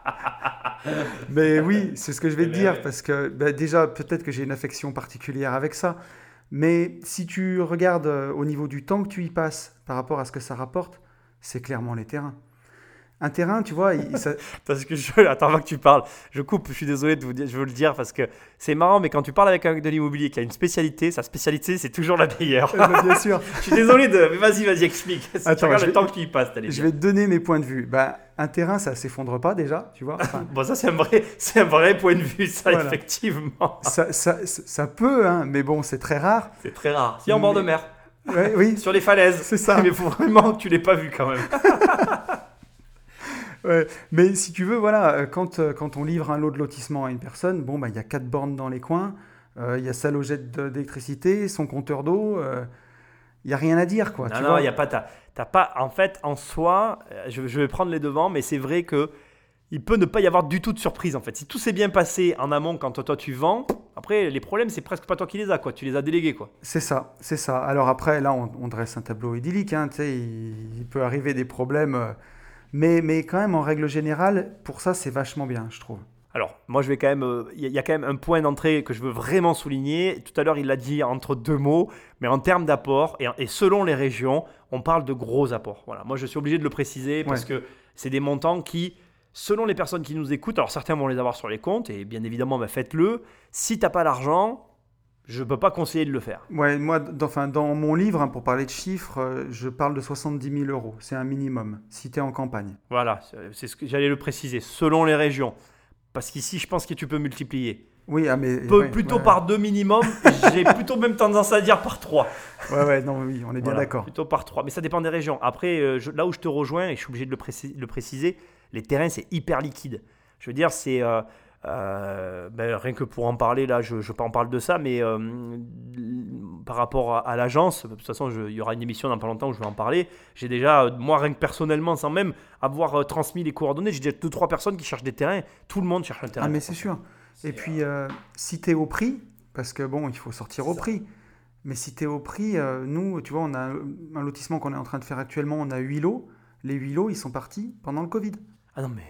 Mais oui, c'est ce que je vais te Mais dire, ouais. parce que bah, déjà, peut-être que j'ai une affection particulière avec ça. Mais si tu regardes euh, au niveau du temps que tu y passes par rapport à ce que ça rapporte, c'est clairement les terrains. Un terrain, tu vois, il- ça- Parce que je... Attends, avant que tu parles, je coupe, je suis désolé de vous dire, je veux le dire parce que c'est marrant, mais quand tu parles avec un de l'immobilier qui a une spécialité, sa spécialité, c'est toujours la meilleure. Euh, bien sûr. Je suis désolé de... Mais vas-y, vas-y, explique. Si tu Attends, regardes je le vais- temps que tu y passes, t'allais Je dire. vais te donner mes points de vue. Bah, un terrain, ça s'effondre pas déjà, tu vois. Enfin, Bon, ça, c'est un vrai, c'est un vrai point de vue, ça, Voilà. effectivement. ça, ça, ça- ça peut, hein, mais bon, c'est très rare. C'est très rare. Si en bord de mer, Ouais, oui, sur les falaises. c'est ça. Mais il faut vraiment que tu l'aies pas vu quand même. Ouais. Mais si tu veux, voilà, euh, quand, euh, quand on livre un lot de lotissement à une personne, bon, bah, il y a quatre bornes dans les coins, euh, il y a sa logette de- d'électricité, son compteur d'eau, euh, il n'y a rien à dire, quoi. Non, tu non, vois. il y a pas. T'as, t'as pas. En fait, en soi, euh, je, je vais prendre les devants, mais c'est vrai que il peut ne pas y avoir du tout de surprise en fait. Si tout s'est bien passé en amont quand toi, toi tu vends, après les problèmes c'est presque pas toi qui les as quoi. Tu les as délégués quoi. C'est ça, c'est ça. Alors après, là, on, on dresse un tableau idyllique, hein, tu sais, il, il peut arriver des problèmes, euh, mais, mais quand même, en règle générale, pour ça, c'est vachement bien, je trouve. Alors, moi, je vais quand même. euh, Il y, a- il y a quand même un point d'entrée que je veux vraiment souligner. Tout à l'heure, il l'a dit entre deux mots, mais en termes d'apport et, et selon les régions, on parle de gros apports. Voilà. Moi, je suis obligé de le préciser parce que c'est des montants qui, selon les personnes qui nous écoutent, alors certains vont les avoir sur les comptes et bien évidemment, bah, faites-le. Si t'as pas l'argent, je peux pas conseiller de le faire. Ouais, moi, dans, enfin, dans mon livre, hein, pour parler de chiffres, euh, je parle de soixante-dix mille euros. C'est un minimum, si tu es en campagne. Voilà, c'est c'est ce que j'allais le préciser. Selon les régions, parce qu'ici, je pense que tu peux multiplier. Oui, ah, mais... Peu- ouais, plutôt ouais, par deux minimum, j'ai plutôt même tendance à dire par trois. Ouais, ouais, non, oui, on est bien Voilà, d'accord. plutôt par trois. Mais ça dépend des régions. Après, euh, je- là où je te rejoins, et je suis obligé de le, précis- le préciser, les terrains, c'est hyper liquide. Je veux dire, c'est... euh, euh, ben, rien que pour en parler, là, je ne en parle de ça, mais euh, par rapport à, à l'agence, de toute façon, je- il y aura une émission dans pas longtemps où je vais en parler. J'ai déjà, euh, moi, rien que personnellement, sans même avoir euh, transmis les coordonnées, j'ai déjà deux, trois personnes qui cherchent des terrains. Tout le monde cherche un terrain. Ah, mais c'est sûr. Et puis, euh, si tu es au prix, parce que bon, il faut sortir au C'est ça. prix. Mais si tu es au prix, euh, nous, tu vois, on a un, un lotissement qu'on est en train de faire actuellement, on a huit lots. Les huit lots, ils sont partis pendant le Covid. Ah non, mais.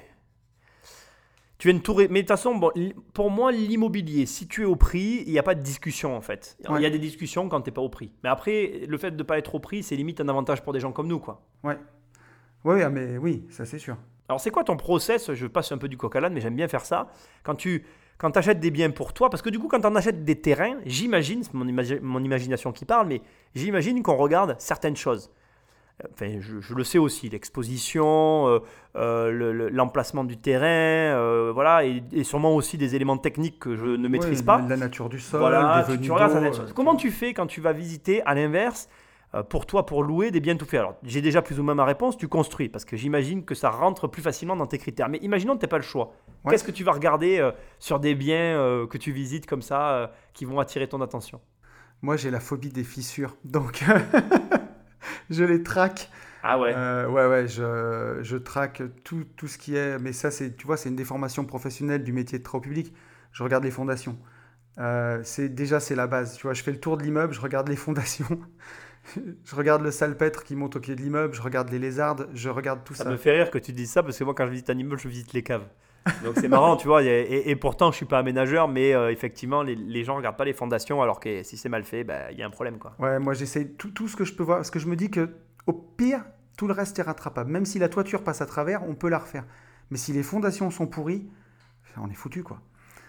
Tu viens de tout. ré- Mais de toute façon, bon, li- pour moi, l'immobilier, si tu es au prix, il n'y a pas de discussion en fait. Il Ouais. y a des discussions quand tu n'es pas au prix. Mais après, le fait de ne pas être au prix, c'est limite un avantage pour des gens comme nous, quoi. Ouais. Ouais, ah, mais oui, ça c'est sûr. Alors, c'est quoi ton process? Je passe un peu du coq à l'âne, mais j'aime bien faire ça. Quand tu quand achètes des biens pour toi, parce que du coup, quand on achète des terrains, j'imagine, c'est mon, imagi- mon imagination qui parle, mais j'imagine qu'on regarde certaines choses. Enfin, je, je le sais aussi, l'exposition, euh, euh, le- le- l'emplacement du terrain, euh, voilà, et, et sûrement aussi des éléments techniques que je ne maîtrise Ouais, pas. La nature du sol, Voilà, des tu, venues tu regardes d'eau, certaines euh, choses. Comment tu fais quand tu vas visiter, à l'inverse, euh, pour toi, pour louer des biens tout faits? Alors, j'ai déjà plus ou moins ma réponse, tu construis, parce que j'imagine que ça rentre plus facilement dans tes critères. Mais imaginons que tu n'as pas le choix. Ouais. Qu'est-ce que tu vas regarder euh, sur des biens euh, que tu visites comme ça, euh, qui vont attirer ton attention? Moi, j'ai la phobie des fissures, donc je les traque. Ah ouais. Euh, ouais, ouais, je, je traque tout, tout ce qui est. Mais ça, c'est, tu vois, c'est une déformation professionnelle du métier de travaux publics. Je regarde les fondations. Euh, c'est, déjà, c'est la base. Tu vois, je fais le tour de l'immeuble, je regarde les fondations. Je regarde le salpêtre qui monte au pied de l'immeuble, je regarde les lézardes, je regarde tout Ça ça. me fait rire que tu dises ça, parce que moi, quand je visite un immeuble, je visite les caves. Donc c'est marrant, tu vois, et, et- et pourtant je suis pas aménageur, mais euh, effectivement les, les gens regardent pas les fondations, alors que si c'est mal fait, bah, il y a un problème quoi. Ouais, moi, j'essaye tout, tout ce que je peux voir, parce que je me dis que au pire, tout le reste est rattrapable. Même si la toiture passe à travers, on peut la refaire. Mais si les fondations sont pourries, on est foutu, quoi.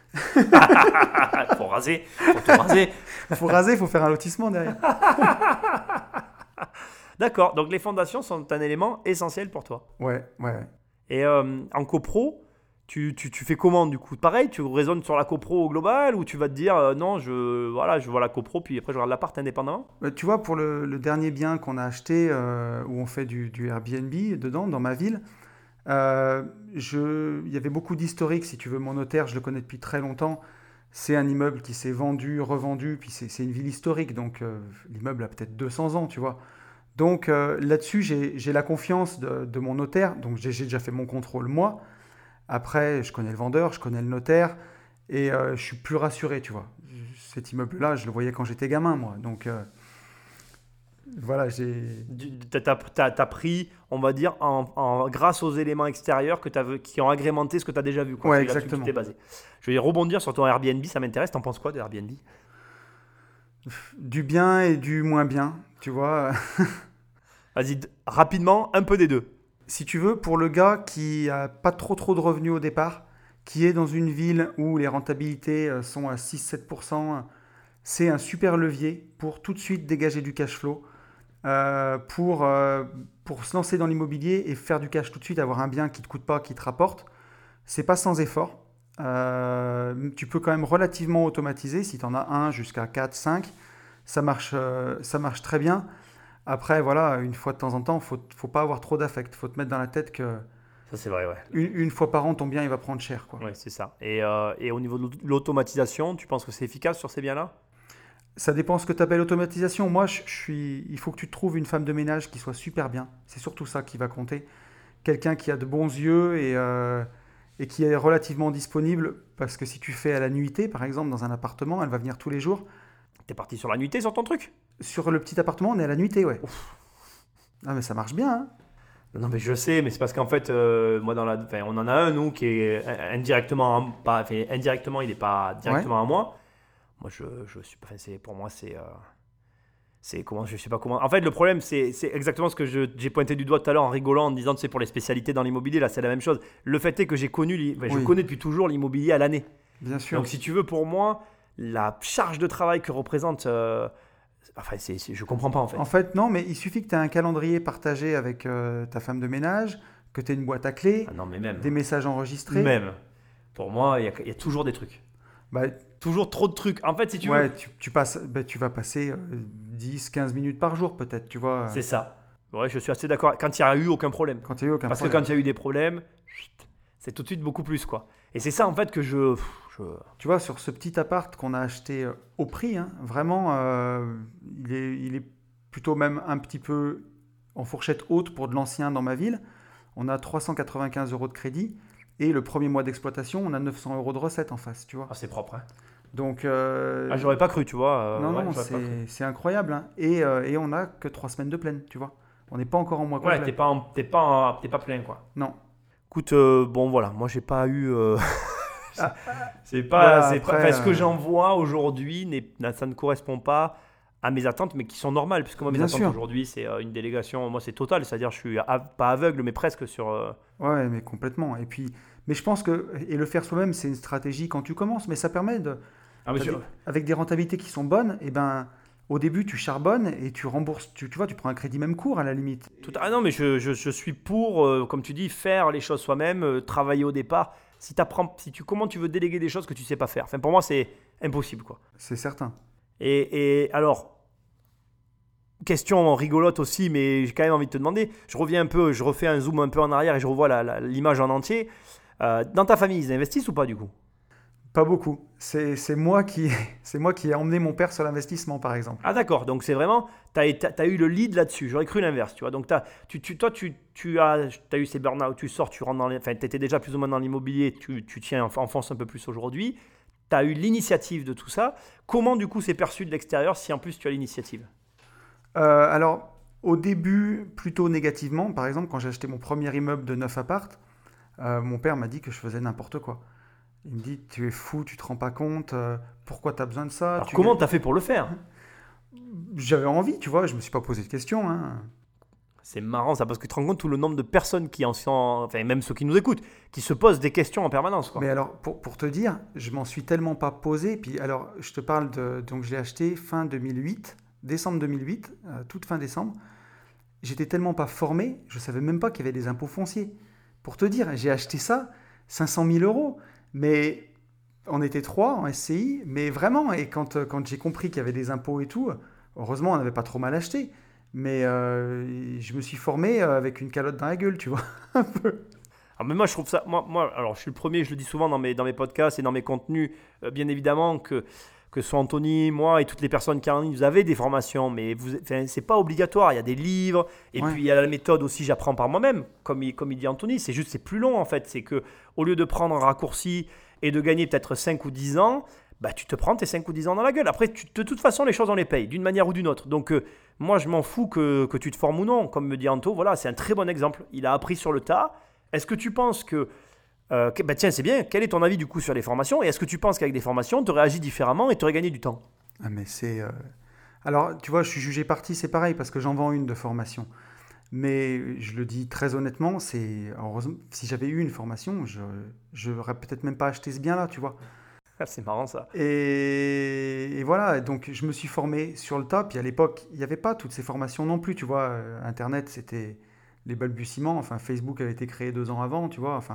Faut raser, faut tout raser. Il faut raser, il faut faire un lotissement derrière. D'accord, donc les fondations sont un élément essentiel pour toi. Ouais, ouais, ouais. Et euh, en copro, tu, tu, tu fais comment du coup? Pareil, tu raisonnes sur la copro au global, ou tu vas te dire euh, non, je, voilà, je vois la copro, puis après je regarde l'appart indépendamment? Euh, Tu vois, pour le, le dernier bien qu'on a acheté, euh, où on fait du, du Airbnb dedans, dans ma ville, euh, je, il y avait beaucoup d'historique, si tu veux. Mon notaire, je le connais depuis très longtemps. C'est un immeuble qui s'est vendu, revendu, puis c'est c'est une ville historique, donc euh, l'immeuble a peut-être deux cents ans, tu vois. Donc euh, là-dessus, j'ai j'ai la confiance de, de mon notaire, donc j'ai j'ai déjà fait mon contrôle moi. Après, je connais le vendeur, je connais le notaire, et euh, je suis plus rassuré, tu vois. Cet immeuble-là, je le voyais quand j'étais gamin, moi. Donc euh, voilà, j'ai... Du- T'as t'as- t'as- t'as pris, on va dire, en, en- grâce aux éléments extérieurs que t'as vu- qui ont agrémenté ce que tu as déjà vu. Quoi. Ouais, C'est là-dessus que exactement. tu t'es basé. Je vais rebondir sur ton Airbnb, ça m'intéresse. T'en penses quoi de Airbnb? Du bien et du moins bien, tu vois. Vas-y, d- rapidement, un peu des deux. Si tu veux, pour le gars qui a pas trop trop de revenus au départ, qui est dans une ville où les rentabilités euh, sont à six sept pour cent, c'est un super levier pour tout de suite dégager du cash flow, euh, pour, euh, pour se lancer dans l'immobilier et faire du cash tout de suite, avoir un bien qui ne te coûte pas, qui te rapporte. C'est pas sans effort. Euh, tu peux quand même relativement automatiser, si tu en as un jusqu'à quatre cinq, ça marche, euh, ça marche très bien. Après, voilà, une fois de temps en temps, il faut, faut pas avoir trop d'affect. faut te mettre dans la tête que Ça, c'est vrai, ouais. une, une fois par an, ton bien, il va prendre cher, quoi. Ouais, c'est ça. Et, euh, et au niveau de l'aut- l'automatisation, tu penses que c'est efficace sur ces biens-là? Ça dépend ce que tu appelles automatisation. Moi, je, je suis, il faut que tu te trouves une femme de ménage qui soit super bien. C'est surtout ça qui va compter. Quelqu'un qui a de bons yeux et, euh, et qui est relativement disponible. Parce que si tu fais à la nuitée, par exemple, dans un appartement, elle va venir tous les jours. T'es parti sur la nuitée sur ton truc? Sur le petit appartement, on est à la nuitée, ouais. Ah, mais ça marche bien, hein. Non, mais je sais, mais c'est parce qu'en fait, euh, moi, dans la, enfin, on en a un, nous, qui est in- indirectement, à- pas, enfin, indirectement, il n'est pas directement à moi. Moi, je, je suis, enfin, c'est, pour moi, c'est, euh, c'est comment, je sais pas comment. En fait, le problème, c'est, c'est exactement ce que je- j'ai pointé du doigt tout à l'heure en rigolant, en disant, tu sais, pour les spécialités dans l'immobilier, là, c'est la même chose. Le fait est que j'ai connu, l'i- enfin, je Oui. connais depuis toujours l'immobilier à l'année. Bien sûr. Donc, si tu veux, pour moi, la charge de travail que représente, euh, enfin, c'est, c'est- je comprends pas en fait. En fait, non, mais il suffit que tu aies un calendrier partagé avec euh, ta femme de ménage, que tu aies une boîte à clés, Ah non, mais même, des messages enregistrés. même. Pour moi, il y, a- il y a toujours des trucs. Bah, Toujours trop de trucs. En fait, si tu veux, ouais, tu, tu passes, bah, tu vas passer euh, dix quinze minutes par jour, peut-être, tu vois, c'est ça. Ouais, je suis assez d'accord. Quand il n'y a eu aucun problème. quand il n'y a eu aucun Parce que problème. quand il y a eu des problèmes, chut, c'est tout de suite beaucoup plus, quoi. Et c'est ça, en fait, que je... pff, je- Tu vois, sur ce petit appart qu'on a acheté euh, au prix, hein, vraiment, euh, il, est, il est plutôt même un petit peu en fourchette haute pour de l'ancien dans ma ville. On a trois cent quatre-vingt-quinze euros de crédit et le premier mois d'exploitation, on a neuf cents euros de recettes en face, tu vois. Ah, c'est propre, hein. Donc, euh, Ah, j'aurais pas cru, tu vois. euh, non, ouais, non, j'aurais pas cru. c'est c'est incroyable, hein. Et, euh, et on a que trois semaines de pleine, tu vois. On n'est pas encore en mois Ouais, complet. t'es pas, en- t'es pas, en- t'es pas plein, quoi. Non. Écoute, euh, bon, voilà. Moi, j'ai pas eu... euh, Ah, c'est pas... voilà, c'est pas après, enfin, ce que euh, j'en vois aujourd'hui, n'est- ça ne correspond pas à mes attentes, mais qui sont normales. Puisque moi, mes Bien attentes sûr. aujourd'hui, c'est euh, une délégation... Moi, c'est total. C'est-à-dire, je suis a- pas aveugle, mais presque sur... euh, Ouais, mais complètement. Et puis, mais je pense que et le faire soi-même, c'est une stratégie quand tu commences, mais ça permet de, Ah, mais t'as je- des- avec des rentabilités qui sont bonnes. Et ben, au début, tu charbonnes et tu rembourses. Tu, tu vois, tu prends un crédit même court à la limite. Tout- Ah non, mais je, je- je suis pour, euh, comme tu dis, faire les choses soi-même, euh, travailler au départ. Si, t'apprends- si tu, comment tu veux déléguer des choses que tu sais pas faire? Enfin, pour moi, c'est impossible, quoi. C'est certain. Et, et alors, question rigolote aussi, mais j'ai quand même envie de te demander. Je reviens un peu, je refais un zoom un peu en arrière et je revois la, la, l'image en entier. Euh, dans ta famille, ils investissent ou pas du coup? Pas beaucoup. C'est, c'est moi qui, c'est moi qui ai emmené mon père sur l'investissement, par exemple. Ah d'accord, donc c'est vraiment, tu as eu le lead là-dessus, j'aurais cru l'inverse, tu vois. Donc t'as, tu, tu, toi, tu, tu as, as eu ces burn-out, tu sors, tu rentres dans les, enfin tu étais déjà plus ou moins dans l'immobilier, tu, tu tiens en France un peu plus aujourd'hui, tu as eu l'initiative de tout ça. Comment du coup c'est perçu de l'extérieur si en plus tu as l'initiative? Euh, alors, au début, plutôt négativement. Par exemple, quand j'ai acheté mon premier immeuble de neuf appart, euh, mon père m'a dit que je faisais n'importe quoi. Il me dit, tu es fou, tu te rends pas compte, euh, pourquoi tu as besoin de ça? Alors Tu comment gagnes- tu as fait pour le faire? J'avais envie, tu vois, je me suis pas posé de questions, hein. C'est marrant ça, parce que tu te rends compte tout le nombre de personnes qui en sont, enfin même ceux qui nous écoutent, qui se posent des questions en permanence, quoi. Mais alors, pour, pour te dire, je m'en suis tellement pas posé. Puis alors, je te parle de. Donc, je l'ai acheté fin deux mille huit, décembre deux mille huit, euh, toute fin décembre. J'étais tellement pas formé, je savais même pas qu'il y avait des impôts fonciers. Pour te dire, j'ai acheté ça cinq cent mille euros. Mais on était trois en S C I, mais vraiment. Et quand, euh, quand j'ai compris qu'il y avait des impôts et tout, heureusement, on n'avait pas trop mal acheté. Mais euh, je me suis formé euh, avec une calotte dans la gueule, tu vois. Un peu. Alors, mais moi, je trouve ça. Moi, moi, alors, je suis le premier, je le dis souvent dans mes, dans mes podcasts et dans mes contenus, euh, bien évidemment, que, que ce soit Anthony, moi et toutes les personnes qui en ligne, vous avez des formations, mais vous, enfin, c'est pas obligatoire. Il y a des livres, et Ouais. puis il y a la méthode aussi, j'apprends par moi-même, comme il, comme il dit Anthony. C'est juste, c'est plus long en fait. C'est que au lieu de prendre un raccourci et de gagner peut-être cinq ou dix ans, bah, tu te prends tes cinq ou dix ans dans la gueule. Après, tu- de toute façon, les choses, on les paye, d'une manière ou d'une autre. Donc, euh, moi, je m'en fous que, que tu te formes ou non. Comme me dit Anto, voilà, c'est un très bon exemple. Il a appris sur le tas. Est-ce que tu penses que... euh, que- bah, tiens, c'est bien. Quel est ton avis du coup sur les formations? Et est-ce que tu penses qu'avec des formations, tu aurais agi différemment et tu aurais gagné du temps? Ah, mais c'est. euh, Alors, tu vois, je suis jugé parti, c'est pareil, parce que j'en vends une de formation. Mais je le dis très honnêtement, c'est. Heureusement, si j'avais eu une formation, je j'aurais peut-être même pas acheté ce bien-là, tu vois. Ah, c'est marrant ça. Et, et voilà, donc je me suis formé sur le tas. Puis à l'époque, il n'y avait pas toutes ces formations non plus, tu vois. Euh, Internet, c'était les balbutiements. Enfin, Facebook avait été créé deux ans avant, tu vois. Enfin,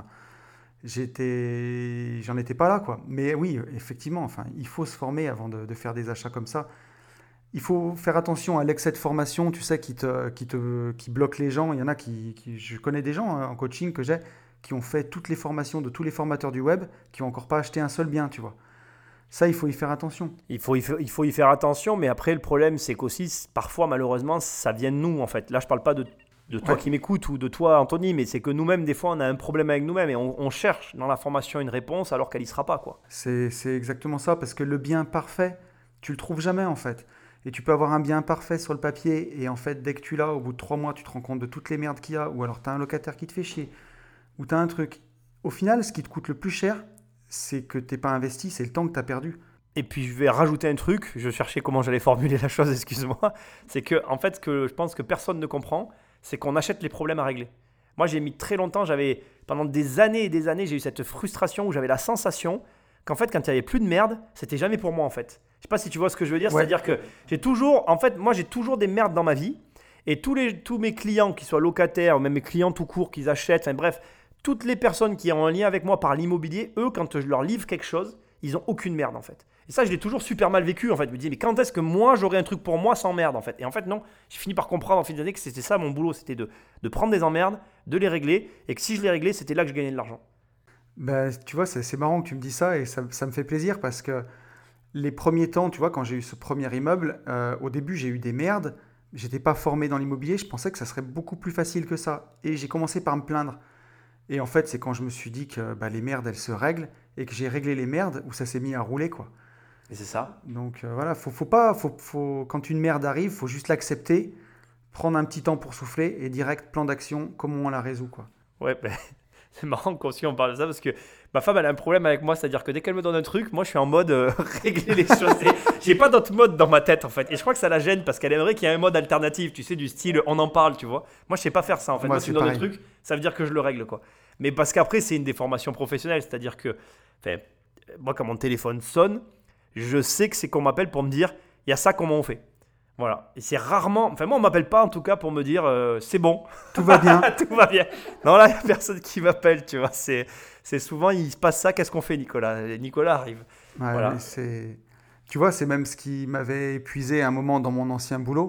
j'étais, j'en étais pas là, quoi. Mais oui, effectivement, enfin, il faut se former avant de, de faire des achats comme ça. Il faut faire attention à l'excès de formation, tu sais, qui te, qui te, qui bloque les gens. Il y en a qui, qui- je connais des gens hein, en coaching que j'ai qui ont fait toutes les formations de tous les formateurs du web, qui ont encore pas acheté un seul bien, tu vois. Ça, il faut y faire attention. Il faut, y fa- il faut y faire attention, mais après, le problème, c'est qu'aussi, c- parfois, malheureusement, ça vient de nous, en fait. Là, je parle pas de, de toi Ouais. qui m'écoutes ou de toi, Anthony, mais c'est que nous-mêmes, des fois, on a un problème avec nous-mêmes et on, on cherche dans la formation une réponse alors qu'elle y sera pas, quoi. C'est, c'est exactement ça, parce que le bien parfait, tu le trouves jamais, en fait. Et tu peux avoir un bien parfait sur le papier, et en fait, dès que tu l'as, au bout de trois mois, tu te rends compte de toutes les merdes qu'il y a, ou alors tu as un locataire qui te fait chier, ou tu as un truc. Au final, ce qui te coûte le plus cher, c'est que t'es pas investi, c'est le temps que tu as perdu. Et puis, je vais rajouter un truc, je cherchais comment j'allais formuler la chose, excuse-moi. C'est que, en fait, ce que je pense que personne ne comprend, c'est qu'on achète les problèmes à régler. Moi, j'ai mis très longtemps, j'avais, pendant des années et des années, j'ai eu cette frustration où j'avais la sensation qu'en fait, quand il n'y avait plus de merde, c'était jamais pour moi, en fait. Je sais pas si tu vois ce que je veux dire, Ouais. c'est-à-dire que j'ai toujours, en fait, moi, j'ai toujours des merdes dans ma vie. Et tous, les, tous mes clients, qu'ils soient locataires, ou même mes clients tout court, qu'ils achètent, enfin bref, toutes les personnes qui ont un lien avec moi par l'immobilier, eux, quand je leur livre quelque chose, ils ont aucune merde, en fait. Et ça, je l'ai toujours super mal vécu, en fait. Je me dis, mais quand est-ce que moi, j'aurai un truc pour moi sans merde, en fait? Et en fait, non. J'ai fini par comprendre en fin d'année que c'était ça mon boulot. C'était de, de prendre des emmerdes, de les régler. Et que si je les réglais, c'était là que je gagnais de l'argent. Ben, tu vois, c'est, c'est marrant que tu me dis ça, et ça, ça me fait plaisir, parce que les premiers temps, tu vois, quand j'ai eu ce premier immeuble, euh, au début, j'ai eu des merdes. J'étais pas formé dans l'immobilier, je pensais que ça serait beaucoup plus facile que ça. Et j'ai commencé par me plaindre. Et en fait, c'est quand je me suis dit que bah, les merdes, elles se règlent, et que j'ai réglé les merdes, où ça s'est mis à rouler, quoi. Et c'est ça. Donc euh, voilà, faut, faut pas, faut, faut- quand une merde arrive, faut juste l'accepter, prendre un petit temps pour souffler, et direct, plan d'action, comment on la résout, quoi. Ouais, ben, c'est marrant qu'aussi on parle de ça parce que ma femme, elle a un problème avec moi. C'est-à-dire que dès qu'elle me donne un truc, moi, je suis en mode euh, régler les choses. Et j'ai pas d'autre mode dans ma tête, en fait. Et je crois que ça la gêne parce qu'elle aimerait qu'il y ait un mode alternatif, tu sais, du style on en parle, tu vois. Moi, je sais pas faire ça, en fait. Moi, Moi, si tu c'est me donnes un pareil. truc, ça veut dire que je le règle, quoi. Mais parce qu'après, c'est une des formations professionnelles. C'est-à-dire que, enfin, moi, quand mon téléphone sonne, je sais que c'est qu'on m'appelle pour me dire il y a ça, comment on fait? Voilà. Et c'est rarement. Enfin, moi, on m'appelle pas en tout cas pour me dire euh, c'est bon, Tout va bien. tout va bien. Non, là, il n'y a personne qui m'appelle, tu vois. C'est, c'est souvent, il se passe ça, qu'est-ce qu'on fait, Nicolas? Et Nicolas arrive. Ouais, Voilà. mais c'est... Tu vois, c'est même ce qui m'avait épuisé à un moment dans mon ancien boulot.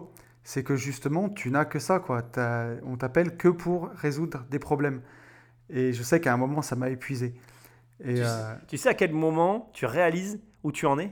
c'est que justement, tu n'as que ça, quoi. T'as- on t'appelle que pour résoudre des problèmes. Et je sais qu'à un moment, ça m'a épuisé. Et Tu, sais- euh, tu sais à quel moment tu réalises où tu en es?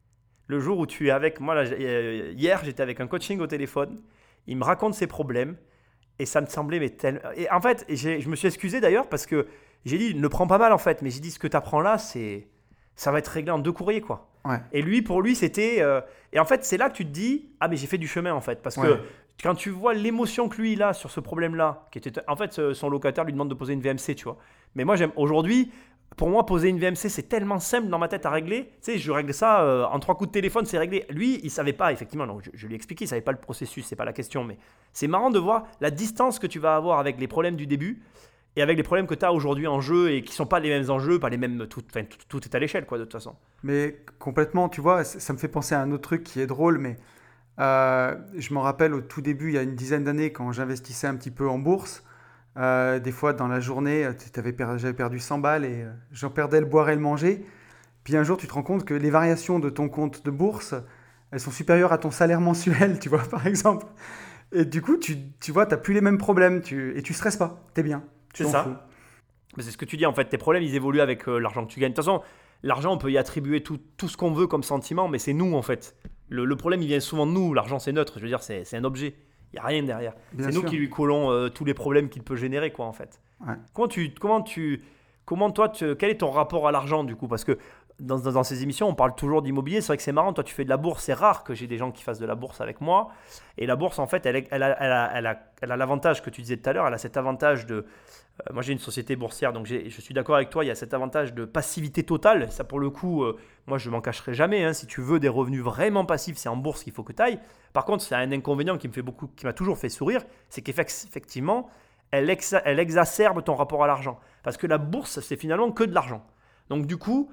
Le jour où tu es avec moi, là, j'ai- euh, hier, j'étais avec un coaching au téléphone. Il me raconte ses problèmes et ça me semblait mais tellement. Et en fait, j'ai- je me suis excusé d'ailleurs parce que j'ai dit, ne prends pas mal en fait, mais j'ai dit ce que tu apprends là, c'est, ça va être réglé en deux courriers quoi. ouais, Et lui, pour lui, c'était. euh, Et en fait, c'est là que tu te dis, ah mais j'ai fait du chemin en fait, parce que ouais, quand tu vois l'émotion que lui il a sur ce problème-là, qui était, en fait, ce- son locataire lui demande de poser une V M C, tu vois. Mais moi, j'aime aujourd'hui. Pour moi, poser une V M C, c'est tellement simple dans ma tête à régler. Tu sais, je règle ça euh, en trois coups de téléphone, c'est réglé. Lui, il savait pas, effectivement. Donc, je, je lui ai expliqué, il savait pas le processus, c'est pas la question. Mais c'est marrant de voir la distance que tu vas avoir avec les problèmes du début et avec les problèmes que tu as aujourd'hui en jeu et qui sont pas les mêmes enjeux, pas les mêmes. Tout, enfin, tout, tout est à l'échelle, quoi, de toute façon. mais complètement, tu vois, ça ça me fait penser à un autre truc qui est drôle, mais euh, je me rappelle au tout début, il y a une dizaine d'années, quand j'investissais un petit peu en bourse, euh, des fois dans la journée, euh, t'avais per- j'avais perdu cent balles et euh, j'en perdais le boire et le manger. Puis un jour, tu te rends compte que les variations de ton compte de bourse, elles sont supérieures à ton salaire mensuel, tu vois, par exemple. Et du coup, tu, tu vois, tu n'as plus les mêmes problèmes tu, et tu stresses pas, tu es bien, tu C'est t'en fous. ça. Mais c'est ce que tu dis, en fait, tes problèmes, ils évoluent avec euh, l'argent que tu gagnes. De toute façon, l'argent, on peut y attribuer tout, tout ce qu'on veut comme sentiment, mais c'est nous, en fait. Le, le problème, il vient souvent de nous. L'argent, c'est neutre. Je veux dire, c'est c'est un objet. Il n'y a rien derrière. Bien C'est nous sûr. qui lui collons euh, tous les problèmes qu'il peut générer, quoi, en fait. Ouais. Comment tu, comment tu, comment toi, tu- quel est ton rapport à l'argent, du coup? Parce que dans, dans, dans ces émissions, on parle toujours d'immobilier. C'est vrai que c'est marrant. Toi, tu fais de la bourse. C'est rare que j'ai des gens qui fassent de la bourse avec moi. Et la bourse, en fait, elle, est- elle a, elle a, elle a, elle a l'avantage que tu disais tout à l'heure. Elle a cet avantage de euh, moi, j'ai une société boursière, donc j'ai- je suis d'accord avec toi, il y a cet avantage de passivité totale. Ça, pour le coup, euh, moi, je m'en cacherai jamais, hein. Si tu veux des revenus vraiment passifs, c'est en bourse qu'il faut que tu ailles. Par contre, c'est un inconvénient qui me fait beaucoup, qui m'a toujours fait sourire, c'est qu'effectivement, elle, exa- elle exacerbe ton rapport à l'argent. Parce que la bourse, c'est finalement que de l'argent. Donc, du coup,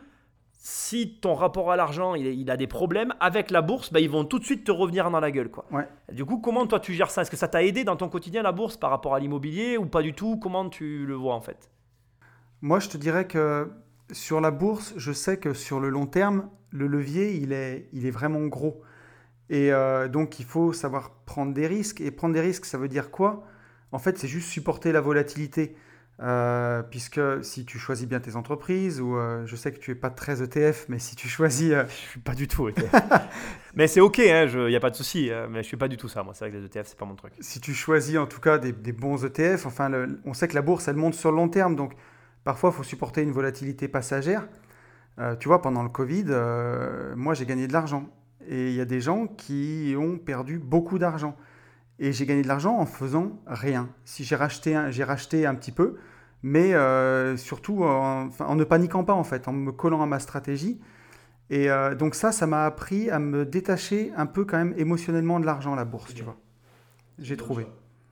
si ton rapport à l'argent il, est- il a des problèmes avec la bourse, bah, ils vont tout de suite te revenir dans la gueule, quoi. Ouais. Du coup, comment toi tu gères ça? Est-ce que ça t'a aidé dans ton quotidien la bourse par rapport à l'immobilier ou pas du tout? Comment tu le vois en fait? Moi, je te dirais que sur la bourse, je sais que sur le long terme, le levier, il est, il est vraiment gros. Et euh, donc, il faut savoir prendre des risques. Et prendre des risques, ça veut dire quoi? En fait, c'est juste supporter la volatilité. Euh, puisque si tu choisis bien tes entreprises, ou euh, je sais que tu es pas très E T F, mais si tu choisis, euh, Je suis pas du tout E T F. Mais c'est ok, il hein, n'y a pas de souci. euh, Mais je suis pas du tout ça. Moi, c'est vrai que les E T F, c'est pas mon truc. si tu choisis en tout cas des, des bons E T F, enfin, le- on sait que la bourse, elle monte sur le long terme, donc parfois, il faut supporter une volatilité passagère. Euh, tu vois, pendant le Covid, euh, moi, j'ai gagné de l'argent. Et il y a des gens qui ont perdu beaucoup d'argent. Et j'ai gagné de l'argent en faisant rien. Si j'ai racheté un, j'ai racheté un petit peu, mais euh, surtout en, enfin, en ne paniquant pas en fait, en me collant à ma stratégie. Et euh, donc ça, ça m'a appris à me détacher un peu quand même émotionnellement de l'argent, la bourse, tu vois. J'ai trouvé.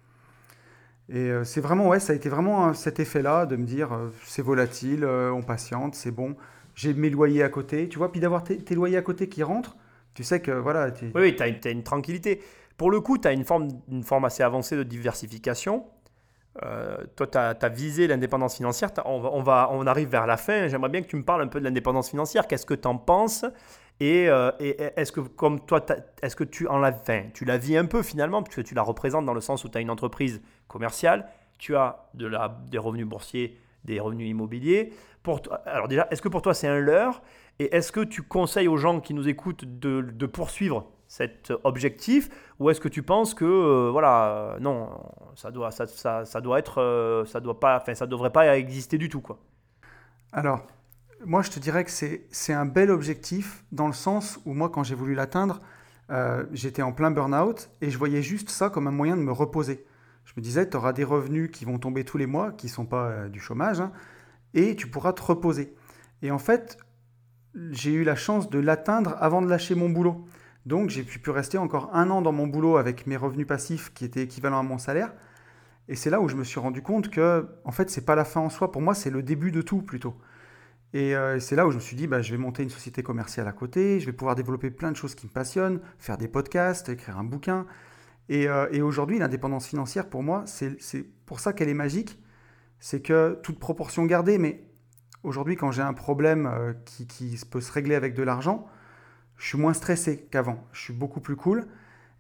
Et euh, c'est vraiment, ouais, ça a été vraiment euh, cet effet-là de me dire, euh, c'est volatile, euh, on patiente, c'est bon. J'ai mes loyers à côté, tu vois, puis d'avoir tes, tes loyers à côté qui rentrent, tu sais que voilà, t'es- Oui, oui, tu as, une t'as une tranquillité. Pour le coup, tu as une forme, une forme assez avancée de diversification. Euh, toi, tu as visé l'indépendance financière. T'as- On, va, on, va, on arrive vers la fin. J'aimerais bien que tu me parles un peu de l'indépendance financière. Qu'est-ce que tu en penses? Et, euh, et est-ce que, comme toi, t'as- est-ce que tu en l'as, enfin, tu la vis un peu finalement, parce que tu la représentes dans le sens où tu as une entreprise commerciale, tu as de la, des revenus boursiers, des revenus immobiliers. Pour toi- alors déjà, est-ce que pour toi c'est un leurre? Et est-ce que tu conseilles aux gens qui nous écoutent de, de poursuivre cet objectif? Ou est-ce que tu penses que, euh, voilà, euh, non, ça doit, ça, ça, ça doit être, euh, ça doit pas, enfin, ça devrait pas exister du tout, quoi. Alors, moi, je te dirais que c'est, c'est un bel objectif dans le sens où moi, quand j'ai voulu l'atteindre, euh, j'étais en plein burn-out et je voyais juste ça comme un moyen de me reposer. Je me disais, tu auras des revenus qui vont tomber tous les mois, qui ne sont pas euh, du chômage, hein, et tu pourras te reposer. Et en fait, j'ai eu la chance de l'atteindre avant de lâcher mon boulot. Donc, j'ai pu, pu rester encore un an dans mon boulot avec mes revenus passifs qui étaient équivalents à mon salaire. Et c'est là où je me suis rendu compte que, en fait, c'est pas la fin en soi. Pour moi, c'est le début de tout plutôt. Et euh, c'est là où je me suis dit, bah, je vais monter une société commerciale à côté, je vais pouvoir développer plein de choses qui me passionnent, faire des podcasts, écrire un bouquin. Et, euh, et aujourd'hui, l'indépendance financière, pour moi, c'est c'est pour ça qu'elle est magique. C'est que, toute proportion gardée, mais aujourd'hui, quand j'ai un problème euh, qui, qui peut se régler avec de l'argent, je suis moins stressé qu'avant. Je suis beaucoup plus cool.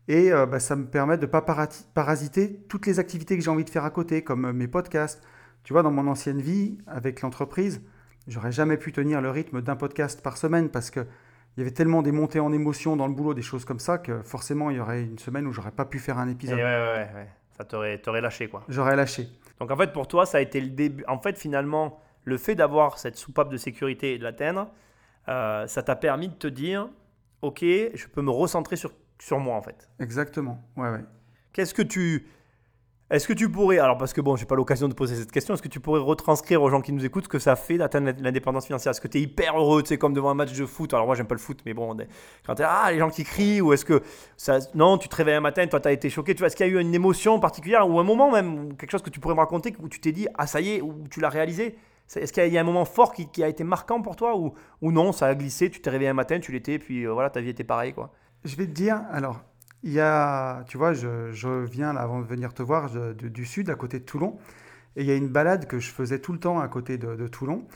Et euh, bah, ça me permet de ne pas parati- parasiter toutes les activités que j'ai envie de faire à côté, comme euh, mes podcasts. Tu vois, dans mon ancienne vie, avec l'entreprise, j'aurais jamais pu tenir le rythme d'un podcast par semaine parce qu'il y avait tellement des montées en émotion dans le boulot, des choses comme ça, que forcément, il y aurait une semaine où j'aurais pas pu faire un Et épisode. ouais, ouais, ouais, ouais. Ça t'aurait, t'aurais lâché, quoi. J'aurais lâché. Donc en fait, pour toi, ça a été le début. En fait, finalement, le fait d'avoir cette soupape de sécurité et de l'atteindre, euh, ça t'a permis de te dire, ok, je peux me recentrer sur, sur moi, en fait. Exactement. Ouais, ouais. Qu'est-ce que tu... Est-ce que tu pourrais, alors parce que bon, j'ai pas l'occasion de poser cette question, est-ce que tu pourrais retranscrire aux gens qui nous écoutent ce que ça fait d'atteindre l'indépendance financière? Est-ce que tu es hyper heureux, tu sais, comme devant un match de foot? Alors moi, j'aime pas le foot, mais bon, quand tu ah, les gens qui crient, ou est-ce que ça, non, tu te réveilles un matin, toi, tu as été choqué, tu vois, est-ce qu'il y a eu une émotion particulière, ou un moment même, ou quelque chose que tu pourrais me raconter, où tu t'es dit, ah, ça y est, ou tu l'as réalisé? Est-ce qu'il y a un moment fort qui, qui a été marquant pour toi, ou, ou non, ça a glissé, tu t'es réveillé un matin, tu l'étais, puis euh, voilà, ta vie était pareille, quoi. Je vais te dire, alors, il y a, tu vois, je, je viens là, avant de venir te voir je- de- du sud, à côté de Toulon, et il y a une balade que je faisais tout le temps à côté de, de Toulon,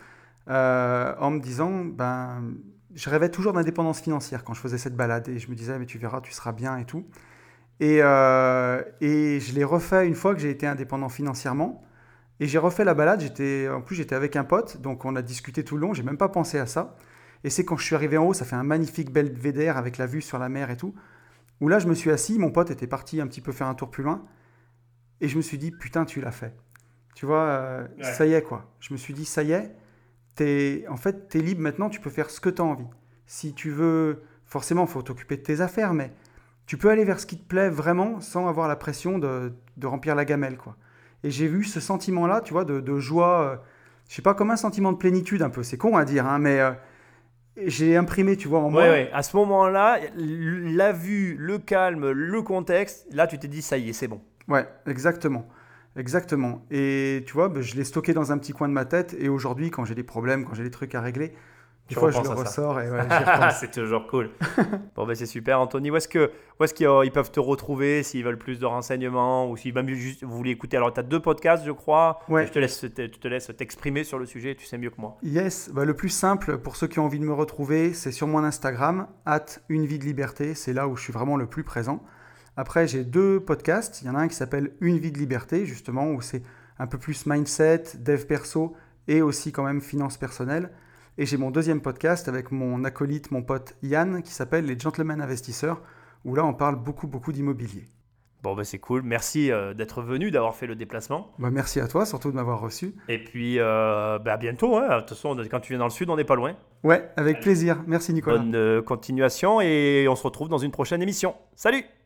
euh, en me disant, ben, je rêvais toujours d'indépendance financière quand je faisais cette balade, et je me disais, mais tu verras, tu seras bien et tout. Et, euh, et je l'ai refait une fois que j'ai été indépendant financièrement, et j'ai refait la balade, j'étais, en plus j'étais avec un pote, donc on a discuté tout le long, j'ai même pas pensé à ça. Et c'est quand je suis arrivé en haut, ça fait un magnifique belvédère avec la vue sur la mer et tout, où là je me suis assis, mon pote était parti un petit peu faire un tour plus loin, et je me suis dit, putain, tu l'as fait. Tu vois, euh, Ouais. ça y est quoi. Je me suis dit, ça y est, t'es, en fait, t'es libre maintenant, tu peux faire ce que t'as envie. Si tu veux, forcément, il faut t'occuper de tes affaires, mais tu peux aller vers ce qui te plaît vraiment sans avoir la pression de, de remplir la gamelle, quoi. Et j'ai vu ce sentiment-là, tu vois, de, de joie, euh, je sais pas, comme un sentiment de plénitude un peu, c'est con à dire, hein, mais euh, j'ai imprimé, tu vois, en moi. Ouais, ouais. À ce moment-là, la vue, le calme, le contexte, là, tu t'es dit, ça y est, c'est bon. Ouais, exactement. Exactement. Et tu vois, ben, je l'ai stocké dans un petit coin de ma tête. Et aujourd'hui, quand j'ai des problèmes, quand j'ai des trucs à régler, des Tu fois, je repenses le à ça. ressors et ouais, j'y repense. C'est toujours cool. Bon, ben c'est super. Anthony, où est-ce que, où est-ce qu'ils euh, ils peuvent te retrouver s'ils veulent plus de renseignements ou si même juste vous voulez écouter? Alors, tu as deux podcasts, je crois. Ouais. Je te laisse, te, te laisse t'exprimer sur le sujet. Tu sais mieux que moi. Yes, bah, le plus simple pour ceux qui ont envie de me retrouver, c'est sur mon Instagram, at une vie de liberté. C'est là où je suis vraiment le plus présent. Après, j'ai deux podcasts. Il y en a un qui s'appelle Une vie de liberté, justement, où c'est un peu plus mindset, dev perso et aussi quand même finance personnelle. Et j'ai mon deuxième podcast avec mon acolyte, mon pote Yann, qui s'appelle Les Gentlemen Investisseurs, où là, on parle beaucoup, beaucoup d'immobilier. Bon, ben c'est cool. Merci euh, d'être venu, d'avoir fait le déplacement. Bah, merci à toi, surtout de m'avoir reçu. Et puis, euh, ben, à bientôt. Hein. De toute façon, quand tu viens dans le sud, on n'est pas loin. Ouais, avec plaisir. Merci Nicolas. Bonne euh, continuation et on se retrouve dans une prochaine émission. Salut!